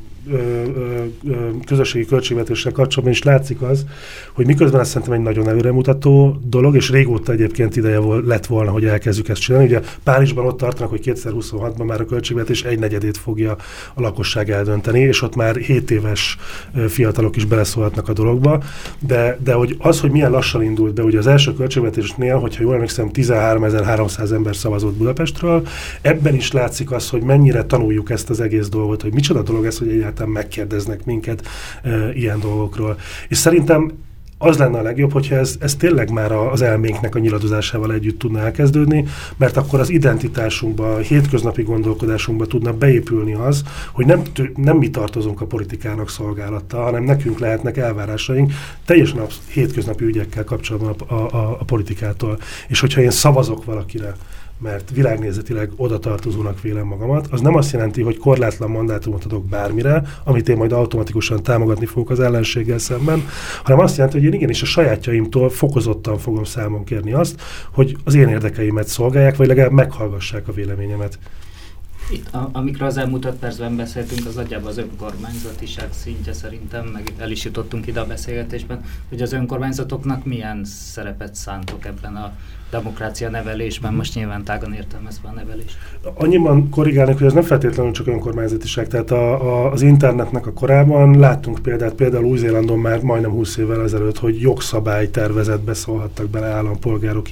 közösségi költségvetéssel kapcsolatban is látszik az, hogy miközben ez szerintem egy nagyon előremutató dolog, és régóta egyébként ideje lett volna, hogy elkezdjük ezt csinálni. Ugye Párizsban ott tartanak, hogy 2026-ban már a költségvetés 1/4 fogja a lakosság eldönteni, és ott már 7 éves fiatalok is beleszólhatnak a dologba, de hogy az, hogy milyen lassan indult be, ugye az első költségvetésnél, hogyha jól emlékszem, 13.300 ember szavazott Budapestről, ebben is látszik az, hogy mennyire tanuljuk ezt az egész dolgot, hogy micsoda dolog ez, hogy egyáltalán megkérdeznek minket ilyen dolgokról. És szerintem az lenne a legjobb, hogyha ez tényleg már az elménknek a nyilatkozásával együtt tudna elkezdődni, mert akkor az identitásunkba, a hétköznapi gondolkodásunkba tudna beépülni az, hogy nem mi tartozunk a politikának szolgálattal, hanem nekünk lehetnek elvárásaink teljesen a hétköznapi ügyekkel kapcsolatban a politikától. És hogyha én szavazok valakire, mert világnézetileg oda tartozónak vélem magamat, az nem azt jelenti, hogy korlátlan mandátumot adok bármire, amit én majd automatikusan támogatni fogok az ellenséggel szemben, hanem azt jelenti, hogy én igenis a sajátjaimtól fokozottan fogom számon kérni azt, hogy az én érdekeimet szolgálják, vagy legalább meghallgassák a véleményemet. Itt, amikről az elmúlt 5 percben beszéltünk, az nagyjából az önkormányzatiság szintje szerintem, meg el is jutottunk ide a beszélgetésben, hogy az önkormányzatoknak milyen szerepet szántok ebben a demokrácia nevelésben, most nyilván tágan értelmezve a nevelést. Annyiban korrigálnék, hogy ez nem feltétlenül csak önkormányzatiság, tehát az internetnek a korában láttunk például Új-Zélandon már majdnem 20 évvel ezelőtt, hogy jogszabálytervezetbe szólhattak bele állampolgárok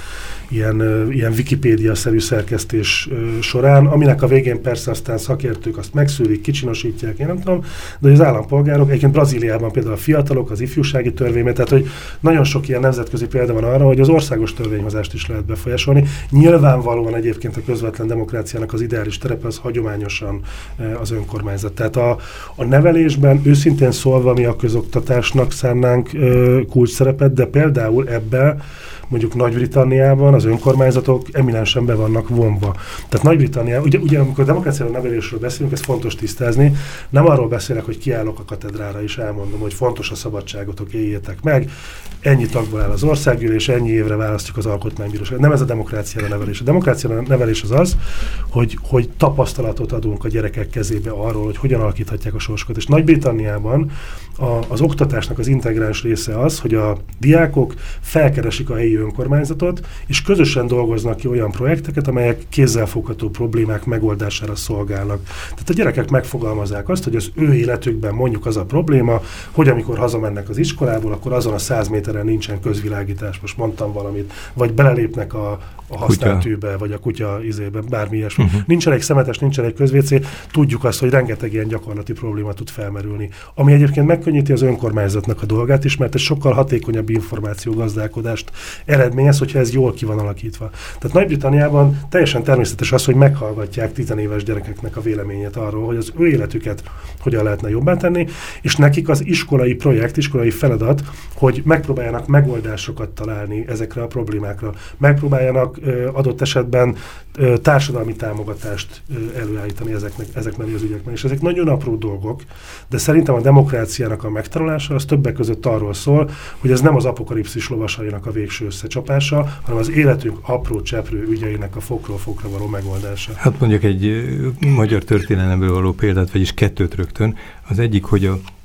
ilyen Wikipédia-szerű szerkesztés során, aminek a végén persze aztán szakértők azt megszűrik, kicsinosítják, én nem tudom, de az állampolgárok, egyébként Brazíliában például a fiatalok, az ifjúsági törvény, tehát hogy nagyon sok ilyen nemzetközi példa van arra, hogy az országos törvényhozást is lehet befolyásolni. Nyilvánvalóan egyébként a közvetlen demokráciának az ideális terepe az hagyományosan az önkormányzat. Tehát a nevelésben őszintén szólva mi a közoktatásnak szánnánk kulcs szerepet, de például ebben mondjuk Nagy-Britanniában az önkormányzatok eminensen be vannak vonva. Tehát Nagy-Britanniában, ugye amikor demokráciáról nevelésről beszélünk, ez fontos tisztázni, nem arról beszélek, hogy kiállok a katedrára és elmondom, hogy fontos a szabadságotok, éljétek meg, ennyi tagból áll az országgyűlés, ennyi évre választjuk az alkotmánybíróságot. Nem ez a demokráciára nevelés. A demokráciára nevelés az, hogy tapasztalatot adunk a gyerekek kezébe arról, hogy hogyan alakíthatják a sorsokat. És Nagy-Britanniában az oktatásnak az integráns része az, hogy a diákok felkeresik a helyi önkormányzatot, és közösen dolgoznak ki olyan projekteket, amelyek kézzelfogható problémák megoldására szolgálnak. Tehát a gyerekek megfogalmazzák azt, hogy az ő életükben mondjuk az a probléma, hogy amikor hazamennek az iskolából, akkor azon a 100 méteren nincsen közvilágítás, most mondtam valamit, vagy belelépnek a használtűbe, vagy a kutya izébe, bármi ilyesmi. Nincs elég szemetes, nincs elég közvécé, tudjuk azt, hogy rengeteg ilyen gyakorlati probléma tud felmerülni. Ami egyébként megkönnyíti az önkormányzatnak a dolgát is, mert egy sokkal hatékonyabb információgazdálkodást eredményez, hogyha ez jól ki van alakítva. Tehát Nagy-Britanniában teljesen természetes az, hogy meghallgatják 10 éves gyerekeknek a véleményét arról, hogy az ő életüket hogyan lehetne jobbá tenni, és nekik az iskolai projekt, iskolai feladat, hogy megpróbáljanak megoldásokat találni ezekre a problémákra, megpróbáljanak adott esetben társadalmi támogatást előállítani ezeknek az ügyekben. És ezek nagyon apró dolgok, de szerintem a demokráciának a megtanulása az többek között arról szól, hogy ez nem az apokalipszis lovasainak a végső összecsapása, hanem az életünk apró cseprő ügyeinek a fokról fokra való megoldása. Hát mondjuk egy magyar történelemből való példát, vagyis 2 rögtön. Az egyik, hogy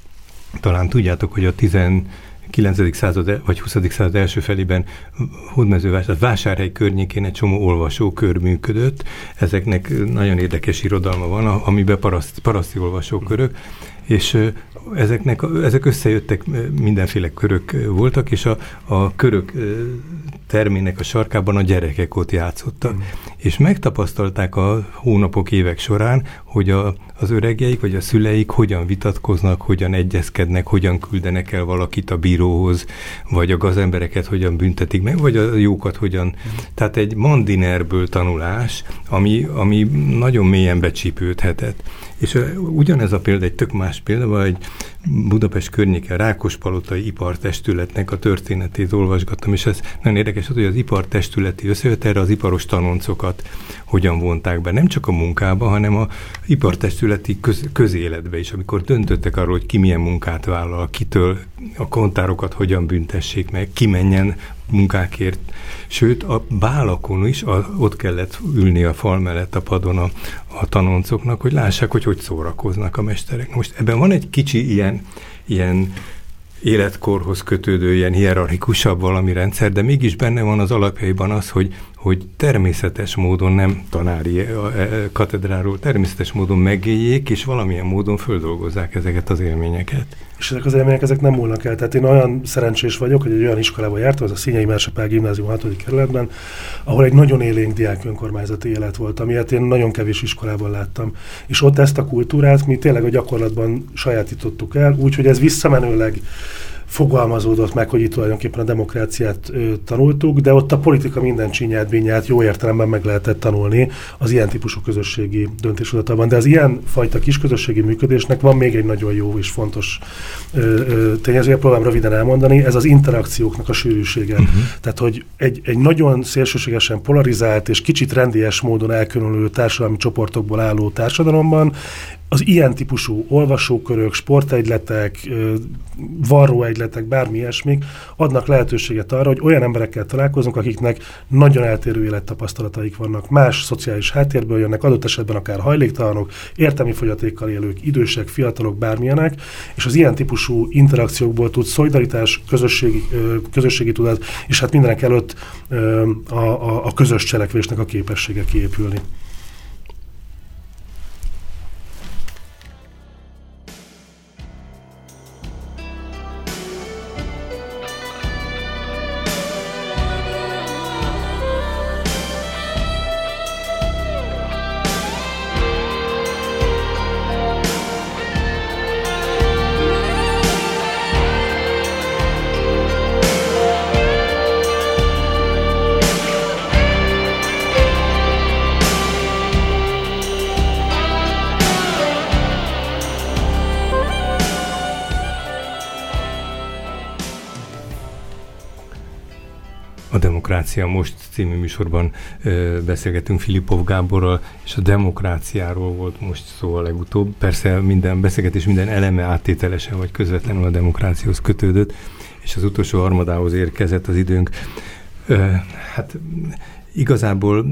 talán tudjátok, hogy a 19. század vagy 20. század első felében Vásárhely környékén egy csomó olvasókör működött. Ezeknek nagyon érdekes irodalma van, amiben paraszti olvasókörök, és ezek összejöttek, mindenféle körök voltak, és a körök termének a sarkában a gyerekek ott játszottak. És megtapasztalták a hónapok, évek során, hogy az öregjeik vagy a szüleik hogyan vitatkoznak, hogyan egyezkednek, hogyan küldenek el valakit a bíróhoz, vagy a gazembereket hogyan büntetik meg, vagy a jókat hogyan. Tehát egy mandinerből tanulás, ami nagyon mélyen becsípődhetett. És ugyanez a példa, egy tök más példa, vagy Budapest környéken Rákospalotai ipartestületnek a történetét olvasgattam, és ez nagyon érdekes, hogy az ipartestületi összejövetelre az iparos tanoncokat hogyan vonták be. Nem csak a munkába, hanem a ipartestületi közéletbe is, amikor döntöttek arról, hogy ki milyen munkát vállal, kitől a kontárokat hogyan büntessék meg, ki menjen munkákért. Sőt, a bálakon is ott kellett ülni a fal mellett a padon a tanoncoknak, hogy lássák, hogy szórakoznak a mesterek. Most ebben van egy kicsi ilyen életkorhoz kötődő, ilyen hierarchikusabb valami rendszer, de mégis benne van az alapjaiban az, hogy természetes módon, nem tanári katedráról, természetes módon megéljék, és valamilyen módon földolgozzák ezeket az élményeket. És ezek az élmények, ezek nem múlnak el. Tehát én olyan szerencsés vagyok, hogy egy olyan iskolába jártam, az a Színyei Mersepál Gimnázium 6. kerületben, ahol egy nagyon élénk diák önkormányzati élet volt, amilyet én nagyon kevés iskolában láttam. És ott ezt a kultúrát mi tényleg a gyakorlatban sajátítottuk el, úgyhogy ez visszamenőleg fogalmazódott meg, hogy itt tulajdonképpen a demokráciát tanultuk, de ott a politika minden csinyát, bínyát jó értelemben meg lehetett tanulni az ilyen típusú közösségi döntéshozatalban. De az ilyen fajta kisközösségi működésnek van még egy nagyon jó és fontos tényezője, próbálom röviden elmondani, ez az interakcióknak a sűrűsége. Tehát, hogy egy nagyon szélsőségesen polarizált és kicsit rendies módon elkülönülő társadalmi csoportokból álló társadalomban az ilyen típusú olvasókörök, sportegyletek, varróegyletek, bármi ilyesmik adnak lehetőséget arra, hogy olyan emberekkel találkozunk, akiknek nagyon eltérő élettapasztalataik vannak, más szociális háttérből jönnek, adott esetben akár hajléktalanok, értelmi fogyatékkal élők, idősek, fiatalok, bármilyenek, és az ilyen típusú interakciókból tud szolidaritás, közösségi tudat, és hát mindenek előtt a közös cselekvésnek a képessége kiépülni. A Demokrácia Most című műsorban beszélgetünk Filipov Gáborral, és a demokráciáról volt most szó a legutóbb. Persze minden beszélgetés, minden eleme áttételesen vagy közvetlenül a demokráciához kötődött, és az utolsó harmadához érkezett az időnk. Hát igazából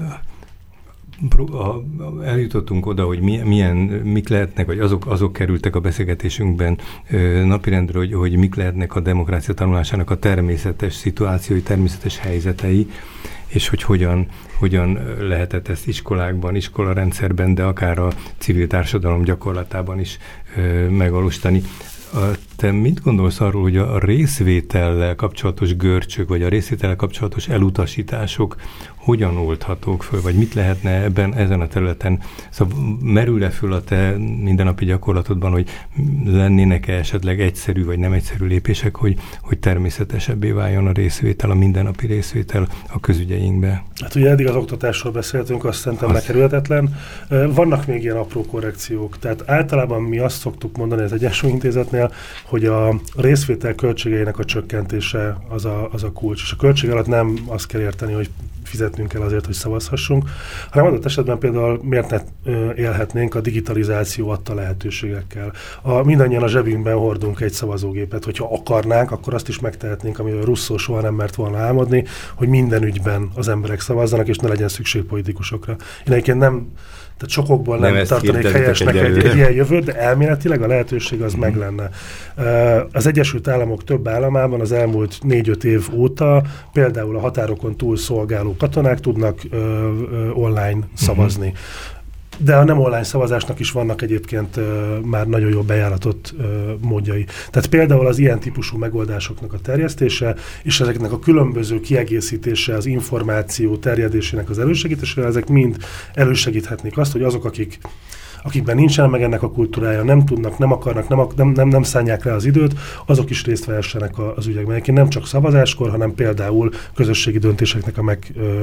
eljutottunk oda, hogy mik lehetnek, vagy azok kerültek a beszélgetésünkben napirendre, hogy mik lehetnek a demokrácia tanulásának a természetes szituációi, természetes helyzetei, és hogy hogyan lehetett ezt iskolákban, iskolarendszerben, de akár a civil társadalom gyakorlatában is megvalósítani. Te mit gondolsz arról, hogy a részvétellel kapcsolatos görcsök, vagy a részvétellel kapcsolatos elutasítások hogyan oldhatók föl, vagy mit lehetne ezen a területen? Szóval merül-e föl a te mindennapi gyakorlatodban, hogy lennének-e esetleg egyszerű, vagy nem egyszerű lépések, hogy természetesebbé váljon a részvétel, a mindennapi részvétel a közügyeinkbe? Hát ugye eddig az oktatásról beszéltünk, azt szerintem megkerülhetetlen. Vannak még ilyen apró korrekciók. Tehát általában mi azt szoktuk mondani az Egyensúlyintézetnél, hogy a részvétel költségeinek a csökkentése az a kulcs. És a költség alatt nem azt kell érteni, hogy fizetnünk kell azért, hogy szavazhassunk, hanem adott esetben például miért ne élhetnénk a digitalizáció adta lehetőségekkel. Mindannyian a zsebünkben hordunk egy szavazógépet, hogyha akarnánk, akkor azt is megtehetnénk, amiről Rousseau soha nem mert volna álmodni, hogy minden ügyben az emberek szavazzanak, és ne legyen szükség politikusokra. Én egyébként tehát sokokból nem tartanék helyesnek egy ilyen jövőt, de elméletileg a lehetőség az meg lenne. Az Egyesült Államok több államában az elmúlt 4-5 év óta például a határokon túl szolgáló katonák tudnak online szavazni. de a nem online szavazásnak is vannak egyébként már nagyon jól bejáratott módjai. Tehát például az ilyen típusú megoldásoknak a terjesztése, és ezeknek a különböző kiegészítése, az információ terjedésének az elősegítésével, ezek mind elősegíthetnék azt, hogy azok, akikben nincsen meg ennek a kultúrája, nem tudnak, nem akarnak, nem szánják rá az időt, azok is részt vehessenek az ügyekben. Egyébként nem csak szavazáskor, hanem például közösségi döntéseknek a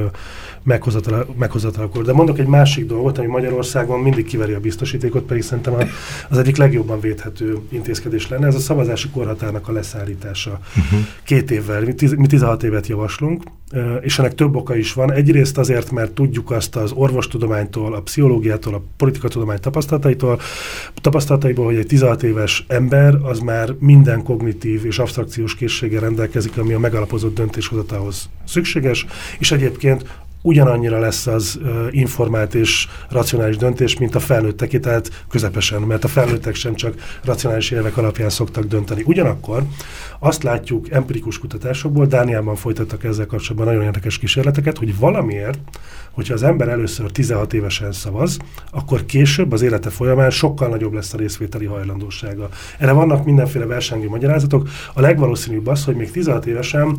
meghozatalakor. De mondok egy másik dolgot, ami Magyarországon mindig kiveri a biztosítékot, pedig szerintem az egyik legjobban védhető intézkedés lenne, ez a szavazási korhatárnak a leszállítása. 2 évvel, mi 16 évet javaslunk, és ennek több oka is van. Egyrészt azért, mert tudjuk azt az orvostudománytól, a pszichológiától, a politikatudomány tapasztalataiból, hogy egy 16 éves ember az már minden kognitív és absztrakciós készséggel rendelkezik, ami a megalapozott döntéshozatalhoz szükséges, és egyébként ugyanannyira lesz az informált és racionális döntés, mint a felnőtteké, tehát közepesen, mert a felnőttek sem csak racionális érvek alapján szoktak dönteni. Ugyanakkor azt látjuk empirikus kutatásokból, Dániában folytattak ezzel kapcsolatban nagyon érdekes kísérleteket, hogy valamiért, hogyha az ember először 16 évesen szavaz, akkor később az élete folyamán sokkal nagyobb lesz a részvételi hajlandósága. Erre vannak mindenféle versengő magyarázatok. A legvalószínűbb az, hogy még 16 évesen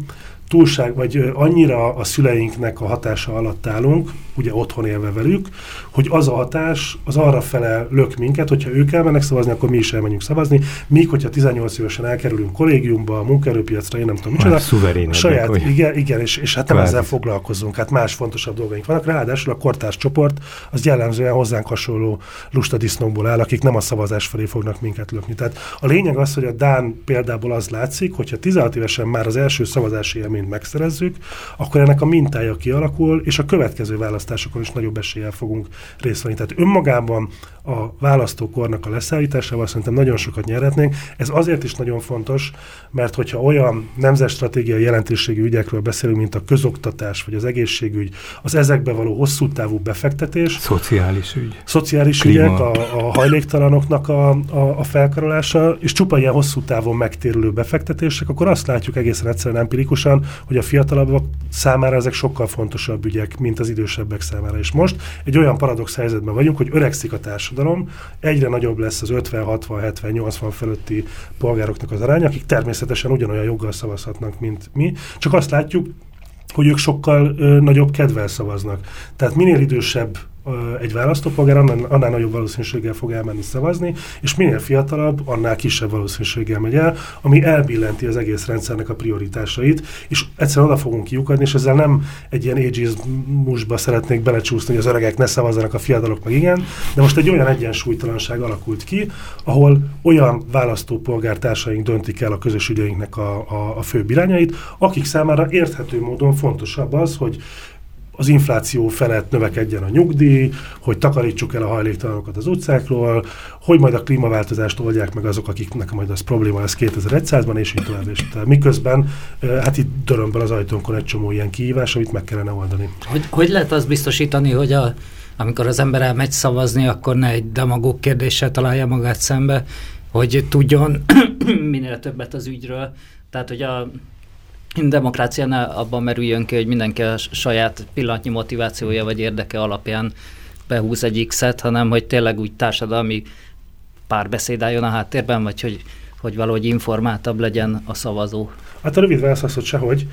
vagy annyira a szüleinknek a hatása alatt állunk, ugye otthon élve velük, hogy az a hatás az arra fele lök minket, hogyha ők elmennek szavazni, akkor mi is elmenjünk szavazni, míg hogyha 18 évesen elkerülünk kollégiumba, a munkaerőpiacra, én nem tudom micsoda. Saját, igen, és hát nem ezzel foglalkozunk, hát más fontosabb dolgaink vannak. Ráadásul a kortárs csoport az jellemzően hozzánk hasonló lustadisznókból áll, akik nem a szavazás felé fognak minket lökni. Tehát a lényeg az, hogy a dán példából az látszik, hogyha 16 évesen már az első szavazási élményt megszerezzük, akkor ennek a mintája kialakul, és a következő választásokon is nagyobb eséllyel fogunk részt venni. Tehát önmagában a választókornak a leszállításával szerintem nagyon sokat nyerhetnénk. Ez azért is nagyon fontos, mert hogyha olyan nemzetstratégiai jelentőségű ügyekről beszélünk, mint a közoktatás, vagy az egészségügy, az ezekbe való hosszú távú befektetés, szociális ügyek, a hajléktalanoknak a felkarolása, és csupa ilyen hosszú távon megtérülő befektetések, akkor azt látjuk egészen egyszerűen empirikusan, hogy a fiatalabbak számára ezek sokkal fontosabb ügyek, mint az idősebbek számára. És most egy olyan paradox helyzetben vagyunk, hogy öregszik a társadalom, egyre nagyobb lesz az 50, 60, 70, 80 fölötti polgároknak az aránya, akik természetesen ugyanolyan joggal szavazhatnak, mint mi, csak azt látjuk, hogy ők sokkal nagyobb kedvel szavaznak. Tehát minél idősebb egy választópolgár, annál nagyobb valószínűséggel fog elmenni szavazni, és minél fiatalabb, annál kisebb valószínűséggel megy el, ami elbillenti az egész rendszernek a prioritásait, és egyszerűen oda fogunk kiukadni, és ezzel nem egy ilyen ageizmusba szeretnék belecsúszni, hogy az öregek ne szavazzanak, a fiatalok meg igen, de most egy olyan egyensúlytalanság alakult ki, ahol olyan választópolgártársaink döntik el a közös ügyeinknek a főbb irányait, akik számára érthető módon fontosabb az, hogy az infláció felett növekedjen a nyugdíj, hogy takarítsuk el a hajléktalanokat az utcákról, hogy majd a klímaváltozást oldják meg azok, akiknek majd az probléma lesz 2100-ban, és így tovább. És miközben hát itt dörömből az ajtónkon egy csomó ilyen kihívás, amit meg kellene oldani. Hogy lehet azt biztosítani, hogy amikor az ember elmegy szavazni, akkor ne egy demagóg kérdéssel találja magát szembe, hogy tudjon minél többet az ügyről. Tehát, hogy a demokrácia ne abban merüljön ki, hogy mindenki a saját pillanatnyi motivációja vagy érdeke alapján behúz egy X-et, hanem hogy tényleg úgy társadalmi párbeszéd álljon a háttérben, vagy hogy valahogy informáltabb legyen a szavazó. Hát a rövid válasz az, hogy sehogy.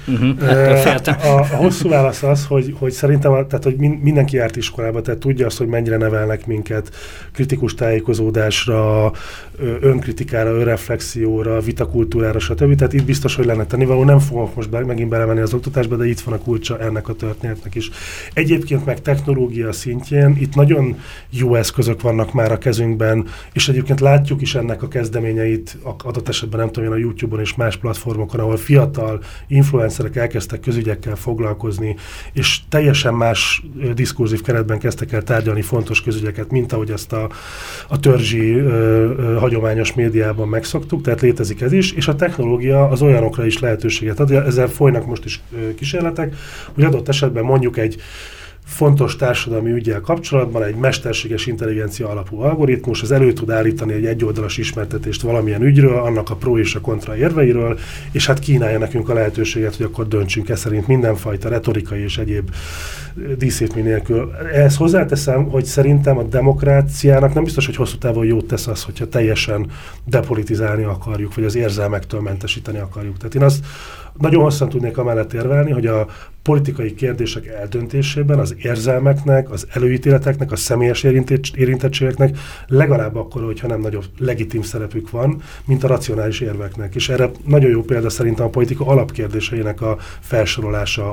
A hosszú válasz az, hogy szerintem tehát, hogy mindenki járt iskolába, tehát tudja azt, hogy mennyire nevelnek minket kritikus tájékozódásra, önkritikára, önreflexióra, vitakultúrára, stb. Tehát itt biztos, hogy lenne tennivaló. Nem fogok most megint belemenni az oktatásba, de itt van a kulcsa ennek a történetnek is. Egyébként meg technológia szintjén itt nagyon jó eszközök vannak már a kezünkben, és egyébként látjuk is ennek a kezdeményeit, adott esetben nem tudom én a YouTube-on és más platformokon, ahol fiatal influencerek elkezdtek közügyekkel foglalkozni, és teljesen más diskurzív keretben kezdtek el tárgyalni fontos közügyeket, mint ahogy ezt a törzsi hagyományos médiában megszoktuk, tehát létezik ez is, és a technológia az olyanokra is lehetőséget ad, ezzel folynak most is kísérletek, hogy adott esetben mondjuk egy fontos társadalmi üggyel kapcsolatban egy mesterséges intelligencia alapú algoritmus, az elő tud állítani egy egyoldalas ismertetést valamilyen ügyről, annak a pro és a kontra érveiről, és hát kínálja nekünk a lehetőséget, hogy akkor döntsünk szerint mindenfajta retorikai és egyéb díszítmény nélkül. Ehhez hozzáteszem, hogy szerintem a demokráciának nem biztos, hogy hosszú távon jót tesz az, hogyha teljesen depolitizálni akarjuk, vagy az érzelmektől mentesíteni akarjuk. Tehát én azt nagyon hosszan tudnék amellett érvelni, hogy a politikai kérdések eldöntésében az érzelmeknek, az előítéleteknek, a személyes érintettségeknek legalább akkor, hogyha nem nagyobb legitim szerepük van, mint a racionális érveknek. És erre nagyon jó példa szerintem a politika alapkérdéseinek a felsorolása,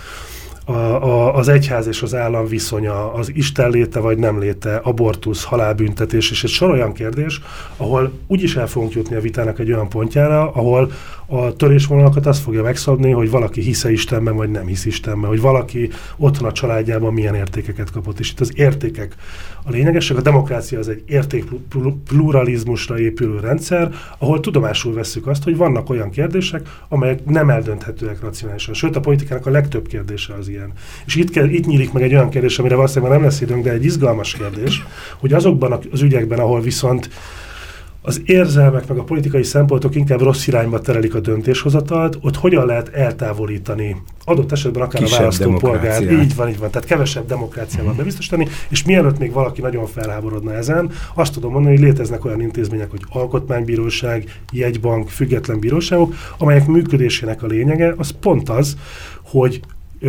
az egyház és az állam viszonya, az Isten léte vagy nem léte, abortusz, halálbüntetés, és egy sor olyan kérdés, ahol úgyis el fogunk jutni a vitának egy olyan pontjára, ahol a törésvonalakat azt fogja megszabni, hogy valaki hisz-e Istenben, vagy nem hisz Istenben, hogy valaki otthon a családjában milyen értékeket kapott. És itt az értékek a lényegesek. A demokrácia az egy értékpluralizmusra épülő rendszer, ahol tudomásul vesszük azt, hogy vannak olyan kérdések, amelyek nem eldönthetőek racionálisan. Sőt, a politikának a legtöbb kérdése az ilyen. És itt nyílik meg egy olyan kérdés, amire valószínűleg nem lesz időnk, de egy izgalmas kérdés, hogy azokban az ügyekben, ahol viszont az érzelmek meg a politikai szempontok inkább rossz irányba terelik a döntéshozatalt, ott hogyan lehet eltávolítani adott esetben akár kisebb a választópolgár. Így van. Tehát kevesebb demokráciával bebiztosítani, és mielőtt még valaki nagyon felháborodna ezen, azt tudom mondani, hogy léteznek olyan intézmények, hogy alkotmánybíróság, jegybank, független bíróságok, amelyek működésének a lényege az pont az, hogy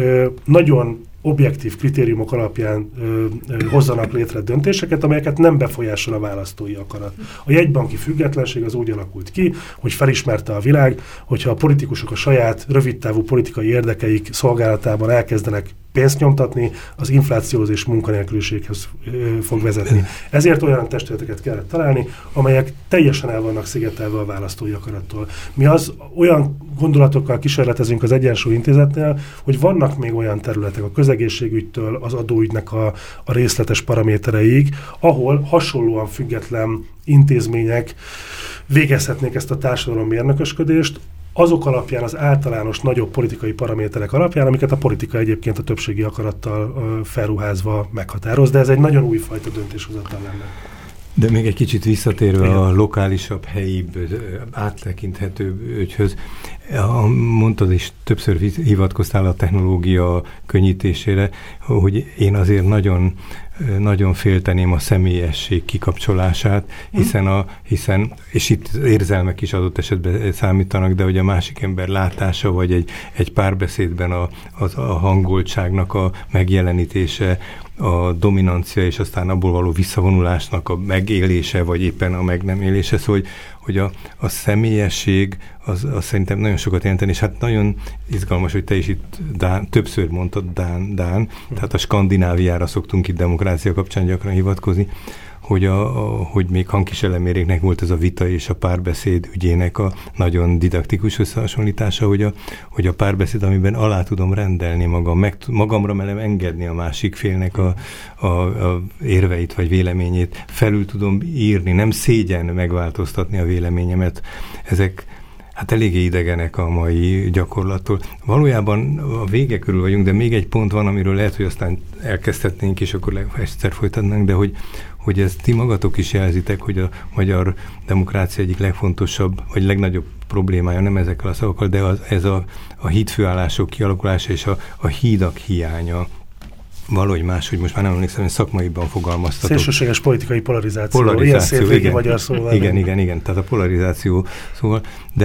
nagyon objektív kritériumok alapján hozzanak létre döntéseket, amelyeket nem befolyásol a választói akarat. A jegybanki függetlenség az úgy alakult ki, hogy felismerte a világ, hogyha a politikusok a saját rövidtávú politikai érdekeik szolgálatában elkezdenek pénzt nyomtatni, az inflációhoz és munkanélküliséghez fog vezetni. Ezért olyan testületeket kellett találni, amelyek teljesen el vannak szigetelve a választói akarattól. Mi olyan gondolatokkal kísérletezünk az Egyensúly Intézetnél, hogy vannak még olyan területek a közegészségügytől az adóügynek a részletes paramétereig, ahol hasonlóan független intézmények végezhetnék ezt a társadalom mérnökösködést, azok alapján, az általános nagyobb politikai paraméterek alapján, amiket a politika egyébként a többségi akarattal felruházva meghatároz, de ez egy nagyon újfajta döntéshozatal lenne. De még egy kicsit visszatérve a lokálisabb, helyibb, áttekinthetőbb ügyhöz, mondtad is, többször hivatkoztál a technológia könnyítésére, hogy én azért nagyon félteném a személyesség kikapcsolását, hiszen és itt érzelmek is adott esetben számítanak, de hogy a másik ember látása, vagy egy párbeszédben a hangoltságnak a megjelenítése, a dominancia, és aztán abból való visszavonulásnak a megélése, vagy éppen a meg nem élése, szóval, hogy a személyesség az szerintem nagyon sokat jelenteni, és hát nagyon izgalmas, hogy te is itt többször mondtad Dán, tehát a Skandináviára szoktunk itt demokrácia kapcsán gyakran hivatkozni, hogy még Hankis Eleméréknek volt ez a vita és a párbeszéd ügyének a nagyon didaktikus összehasonlítása, hogy a párbeszéd, amiben alá tudom rendelni magam, magamra merem engedni a másik félnek a érveit vagy véleményét, felül tudom írni, nem szégyen megváltoztatni a véleményemet. Ezek hát eléggé idegenek a mai gyakorlattól. Valójában a vége körül vagyunk, de még egy pont van, amiről lehet, hogy aztán elkezdhetnénk, és akkor egyszer folytatnánk, de hogy ezt ti magatok is jelzitek, hogy a magyar demokrácia egyik legfontosabb, vagy legnagyobb problémája nem ezekkel a szavakkal, de ez a hídfőállások kialakulása és a hídak hiánya. Valahogy máshogy, most már nem emlékszem, hogy szakmaiban fogalmaztatok. Szélsőséges politikai polarizáció. Ilyen szép régi magyar szóval. Igen, tehát a polarizáció szóval, de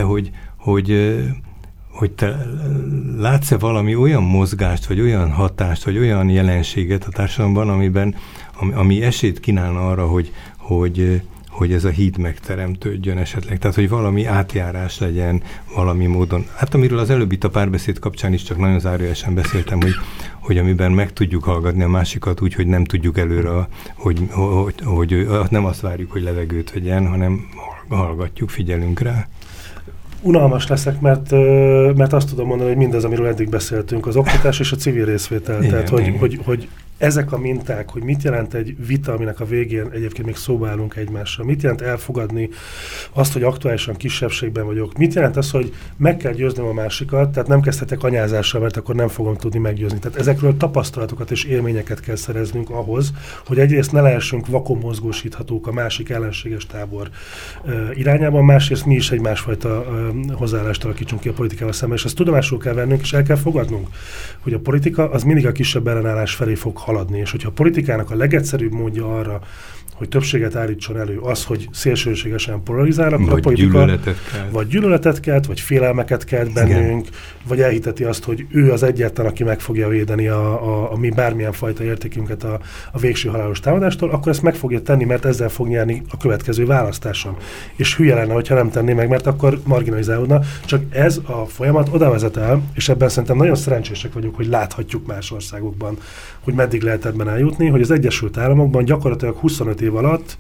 hogy te látsz-e valami olyan mozgást, vagy olyan hatást, vagy olyan jelenséget a társadalomban, ami esélyt kínálna arra, hogy ez a híd megteremtődjön esetleg. Tehát, hogy valami átjárás legyen valami módon. Hát amiről az előbb itt a párbeszéd kapcsán is csak nagyon zárójelesen beszéltem, hogy amiben meg tudjuk hallgatni a másikat úgy, hogy nem tudjuk előre, hogy nem azt várjuk, hogy levegőt vegyen, hanem hallgatjuk, figyelünk rá. Unalmas leszek, mert azt tudom mondani, hogy mindez, amiről eddig beszéltünk, az oktatás és a civil részvétel. Igen, tehát, hogy ezek a minták, hogy mit jelent egy vita, aminek a végén egyébként még szóba állunk egymással, mit jelent elfogadni azt, hogy aktuálisan kisebbségben vagyok, mit jelent az, hogy meg kell győznöm a másikat, tehát nem kezdhetek anyázással, mert akkor nem fogom tudni meggyőzni. Tehát ezekről tapasztalatokat és élményeket kell szereznünk ahhoz, hogy egyrészt ne lehessünk vakon mozgósíthatók a másik ellenséges tábor irányában, másrészt mi is egy másfajta hozzáállást alakítsunk ki a politikával szemben, és ezt tudomásul kell vennünk, és el kell fogadnunk, hogy a politika az mindig a kisebb ellenállás felé fog haladni, és hogyha a politikának a legegyszerűbb módja arra, hogy többséget állítson elő, az, hogy szélsőségesen polarizál, akkor a politika vagy gyűlöletet kelt, vagy félelmeket kelt bennünk, vagy elhiteti azt, hogy ő az egyetlen, aki meg fogja védeni a mi bármilyen fajta értékünket a végső halálos támadástól, akkor ezt meg fogja tenni, mert ezzel fog nyerni a következő választáson. És hülye lenne, hogyha nem tenné meg, mert akkor marginalizálódna. Csak ez a folyamat oda vezet el, és ebben szerintem nagyon szerencsések vagyunk, hogy láthatjuk más országokban, hogy meddig lehet ebben eljutni, hogy az Egyesült Államokban gyakorlatilag 25 év alatt,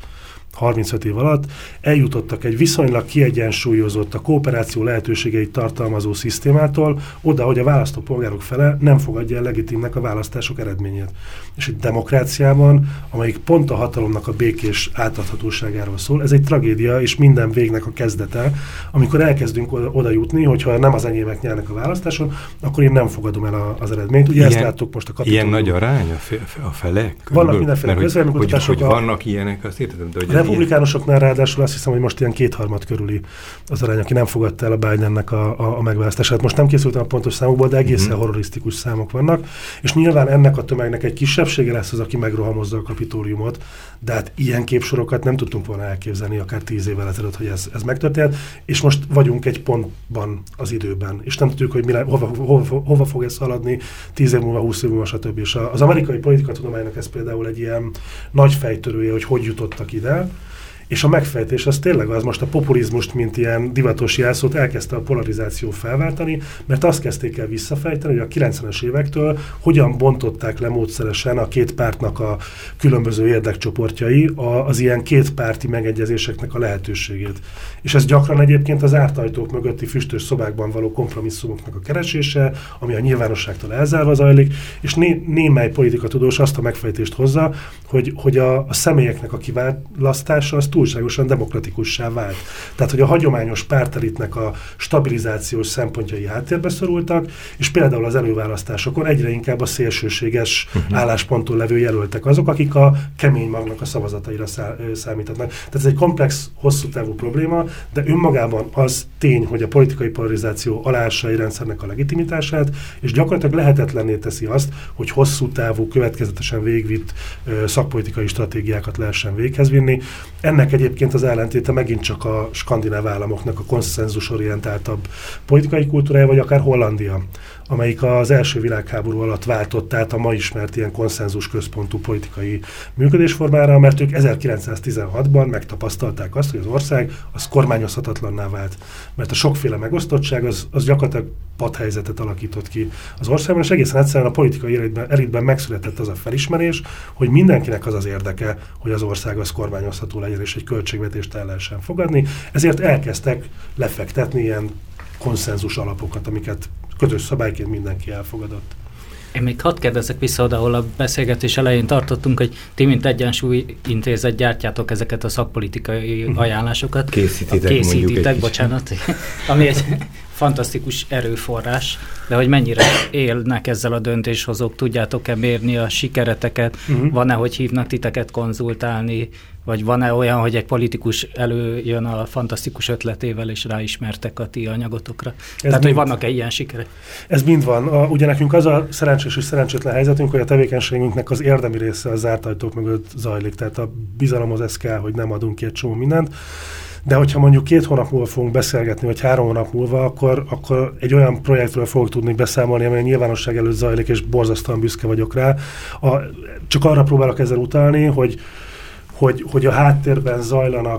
35 év alatt eljutottak egy viszonylag kiegyensúlyozott, a kooperáció lehetőségeit tartalmazó szisztémától oda, hogy a választópolgárok fele nem fogadja el legitimnek a választások eredményét. És egy demokráciában, amelyik pont a hatalomnak a békés átadhatóságáról szól, ez egy tragédia és minden végnek a kezdete, amikor elkezdünk oda jutni, hogyha nem az enyémek nyernek a választáson, akkor én nem fogadom el az eredményt. Ugye ezt láttuk most a Kapitoliumban. Ilyen nagy arány a felek? Vannak mindenféle közvéleménykutatások. Hogy vannak ilyenek, azt értem, de hogy republikánusoknál ráadásul azt hiszem, hogy most ilyen 2/3 körüli az arány, aki nem fogadta el a Bidennek a megválasztását. Most nem készültem a pontos számokból, de egészen horrorisztikus számok vannak, és nyilván ennek a tömegnek egy kisebbsége lesz az, aki megrohamozza a Kapitoliumot, de hát ilyen képsorokat nem tudtunk volna elképzelni akár 10 évvel ezelőtt, hogy ez megtörtént, és most vagyunk egy pontban az időben, és nem tudjuk, hogy hova fog ez haladni 10 év múlva, 20 év múlva, stb. És az amerikai politikatudománynak ez például egy ilyen nagy fejtörője, hogy jutottak ide, és a megfejtés az tényleg az, most a populizmust, mint ilyen divatos jelszót elkezdte a polarizáció felváltani, mert azt kezdték el visszafejteni, hogy a 90-es évektől hogyan bontották le módszeresen a két pártnak a különböző érdekcsoportjai az ilyen kétpárti megegyezéseknek a lehetőségét. És ez gyakran egyébként az zárt ajtók mögötti füstös szobákban való kompromisszumoknak a keresése, ami a nyilvánosságtól elzárva zajlik, és némely politikatudós azt a megfejtést hozza, hogy a személyeknek a kiválasztása az túlságosan demokratikussá vált. Tehát, hogy a hagyományos pártelitnek a stabilizációs szempontjai háttérbe szorultak, és például az előválasztásokon egyre inkább a szélsőséges állásponton levő jelöltek azok, akik a kemény magnak a szavazataira számítatnak. Tehát ez egy komplex, hosszú távú probléma, de önmagában az tény, hogy a politikai polarizáció aláássa egy rendszernek a legitimitását, és gyakorlatilag lehetetlenné teszi azt, hogy hosszú távú, következetesen végvitt szakpolitikai stratégiákat lehessen véghez vinni. Ennek egyébként az ellentéte megint csak a skandináv államoknak a konszenzusorientáltabb politikai kultúrája, vagy akár Hollandia, amelyik az első világháború alatt váltott át a ma ismert ilyen konszenzus központú politikai működésformára, mert ők 1916-ban megtapasztalták azt, hogy az ország az kormányozhatatlanná vált. Mert a sokféle megosztottság az gyakorlatilag padhelyzetet alakított ki az országban, és egészen egyszerűen a politikai elitben megszületett az a felismerés, hogy mindenkinek az az érdeke, hogy az ország az kormányozható legyen, és egy költségvetést el lehessen fogadni. Ezért elkezdtek lefektetni ilyen konszenzus alapokat, amiket közös szabályként mindenki elfogadott. Én még hadd kérdezek vissza oda, ahol a beszélgetés elején tartottunk, hogy ti, mint Egyensúlyintézet gyártjátok ezeket a szakpolitikai ajánlásokat. Készítitek, bocsánat. Ami egy fantasztikus erőforrás, de hogy mennyire élnek ezzel a döntéshozók, tudjátok-e mérni a sikereteket, van-e, hogy hívnak titeket konzultálni, vagy van-e olyan, hogy egy politikus előjön a fantasztikus ötletével, és ráismertek a ti anyagotokra? Tehát, hogy vannak-e ilyen sikerek? Ez mind van. Ugye nekünk az a szerencsés és szerencsétlen helyzetünk, hogy a tevékenységünknek az érdemi része a zárt ajtók mögött zajlik. Tehát a bizalomhoz ez kell, hogy nem adunk ki egy csomó mindent. De hogyha mondjuk 2 hónap múlva fogunk beszélgetni, vagy 3 hónap múlva, akkor egy olyan projektről fogok tudni beszámolni, amely a nyilvánosság előtt zajlik, és borzasztóan büszke vagyok rá. Csak arra próbálok ezzel utalni, hogy a háttérben zajlanak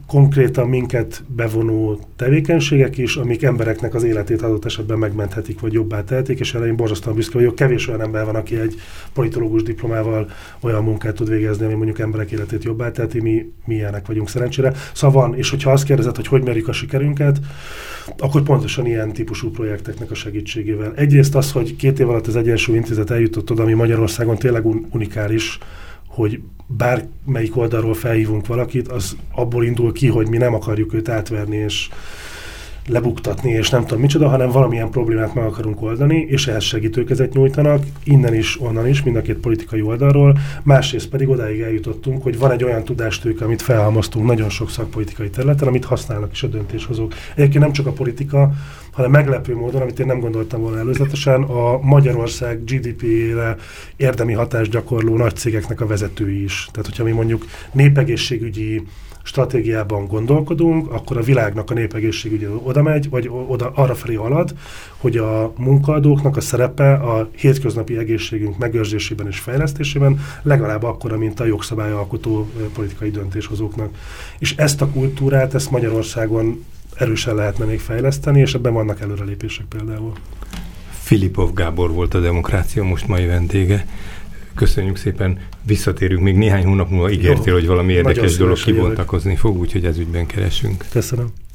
konkrétan minket bevonó tevékenységek is, amik embereknek az életét adott esetben megmenthetik, vagy jobbá tehetik, és erre én borzasztóan büszke vagyok. Kevés olyan ember van, aki egy politológus diplomával olyan munkát tud végezni, ami mondjuk emberek életét jobbá teheti, mi ilyenek vagyunk szerencsére. Szóval van, és hogyha azt kérdezed, hogy mérjük a sikerünket, akkor pontosan ilyen típusú projekteknek a segítségével. Egyrészt az, hogy 2 év alatt az Egyensúly Intézet eljutott oda, ami Magyarországon tényleg unikális, hogy bármelyik oldalról felhívunk valakit, az abból indul ki, hogy mi nem akarjuk őt átverni és lebuktatni, és nem tudom micsoda, hanem valamilyen problémát meg akarunk oldani, és ehhez segítőkezet nyújtanak, innen is, onnan is, mind a két politikai oldalról. Másrészt pedig odáig eljutottunk, hogy van egy olyan tudástőke, amit felhalmoztunk nagyon sok szakpolitikai területen, amit használnak is a döntéshozók. Egyébként nem csak a politika, hanem meglepő módon, amit én nem gondoltam volna előzetesen, a Magyarország GDP-re érdemi hatást gyakorló nagy cégeknek a vezetői is. Tehát, hogyha mi mondjuk népegészségügyi stratégiában gondolkodunk, akkor a világnak a népegészségügyi oda megy, vagy arrafelé halad, hogy a munkaadóknak a szerepe a hétköznapi egészségünk megőrzésében és fejlesztésében legalább akkora, mint a jogszabályalkotó politikai döntéshozóknak. És ezt a kultúrát, ezt Magyarországon erősen lehetne még fejleszteni, és ebben vannak előrelépések például. Filipov Gábor volt a Demokrácia Most mai vendége. Köszönjük szépen, visszatérünk még néhány hónap múlva, ígértél, hogy valami érdekes dolog kibontakozni fog, úgyhogy ez ügyben keresünk. Köszönöm.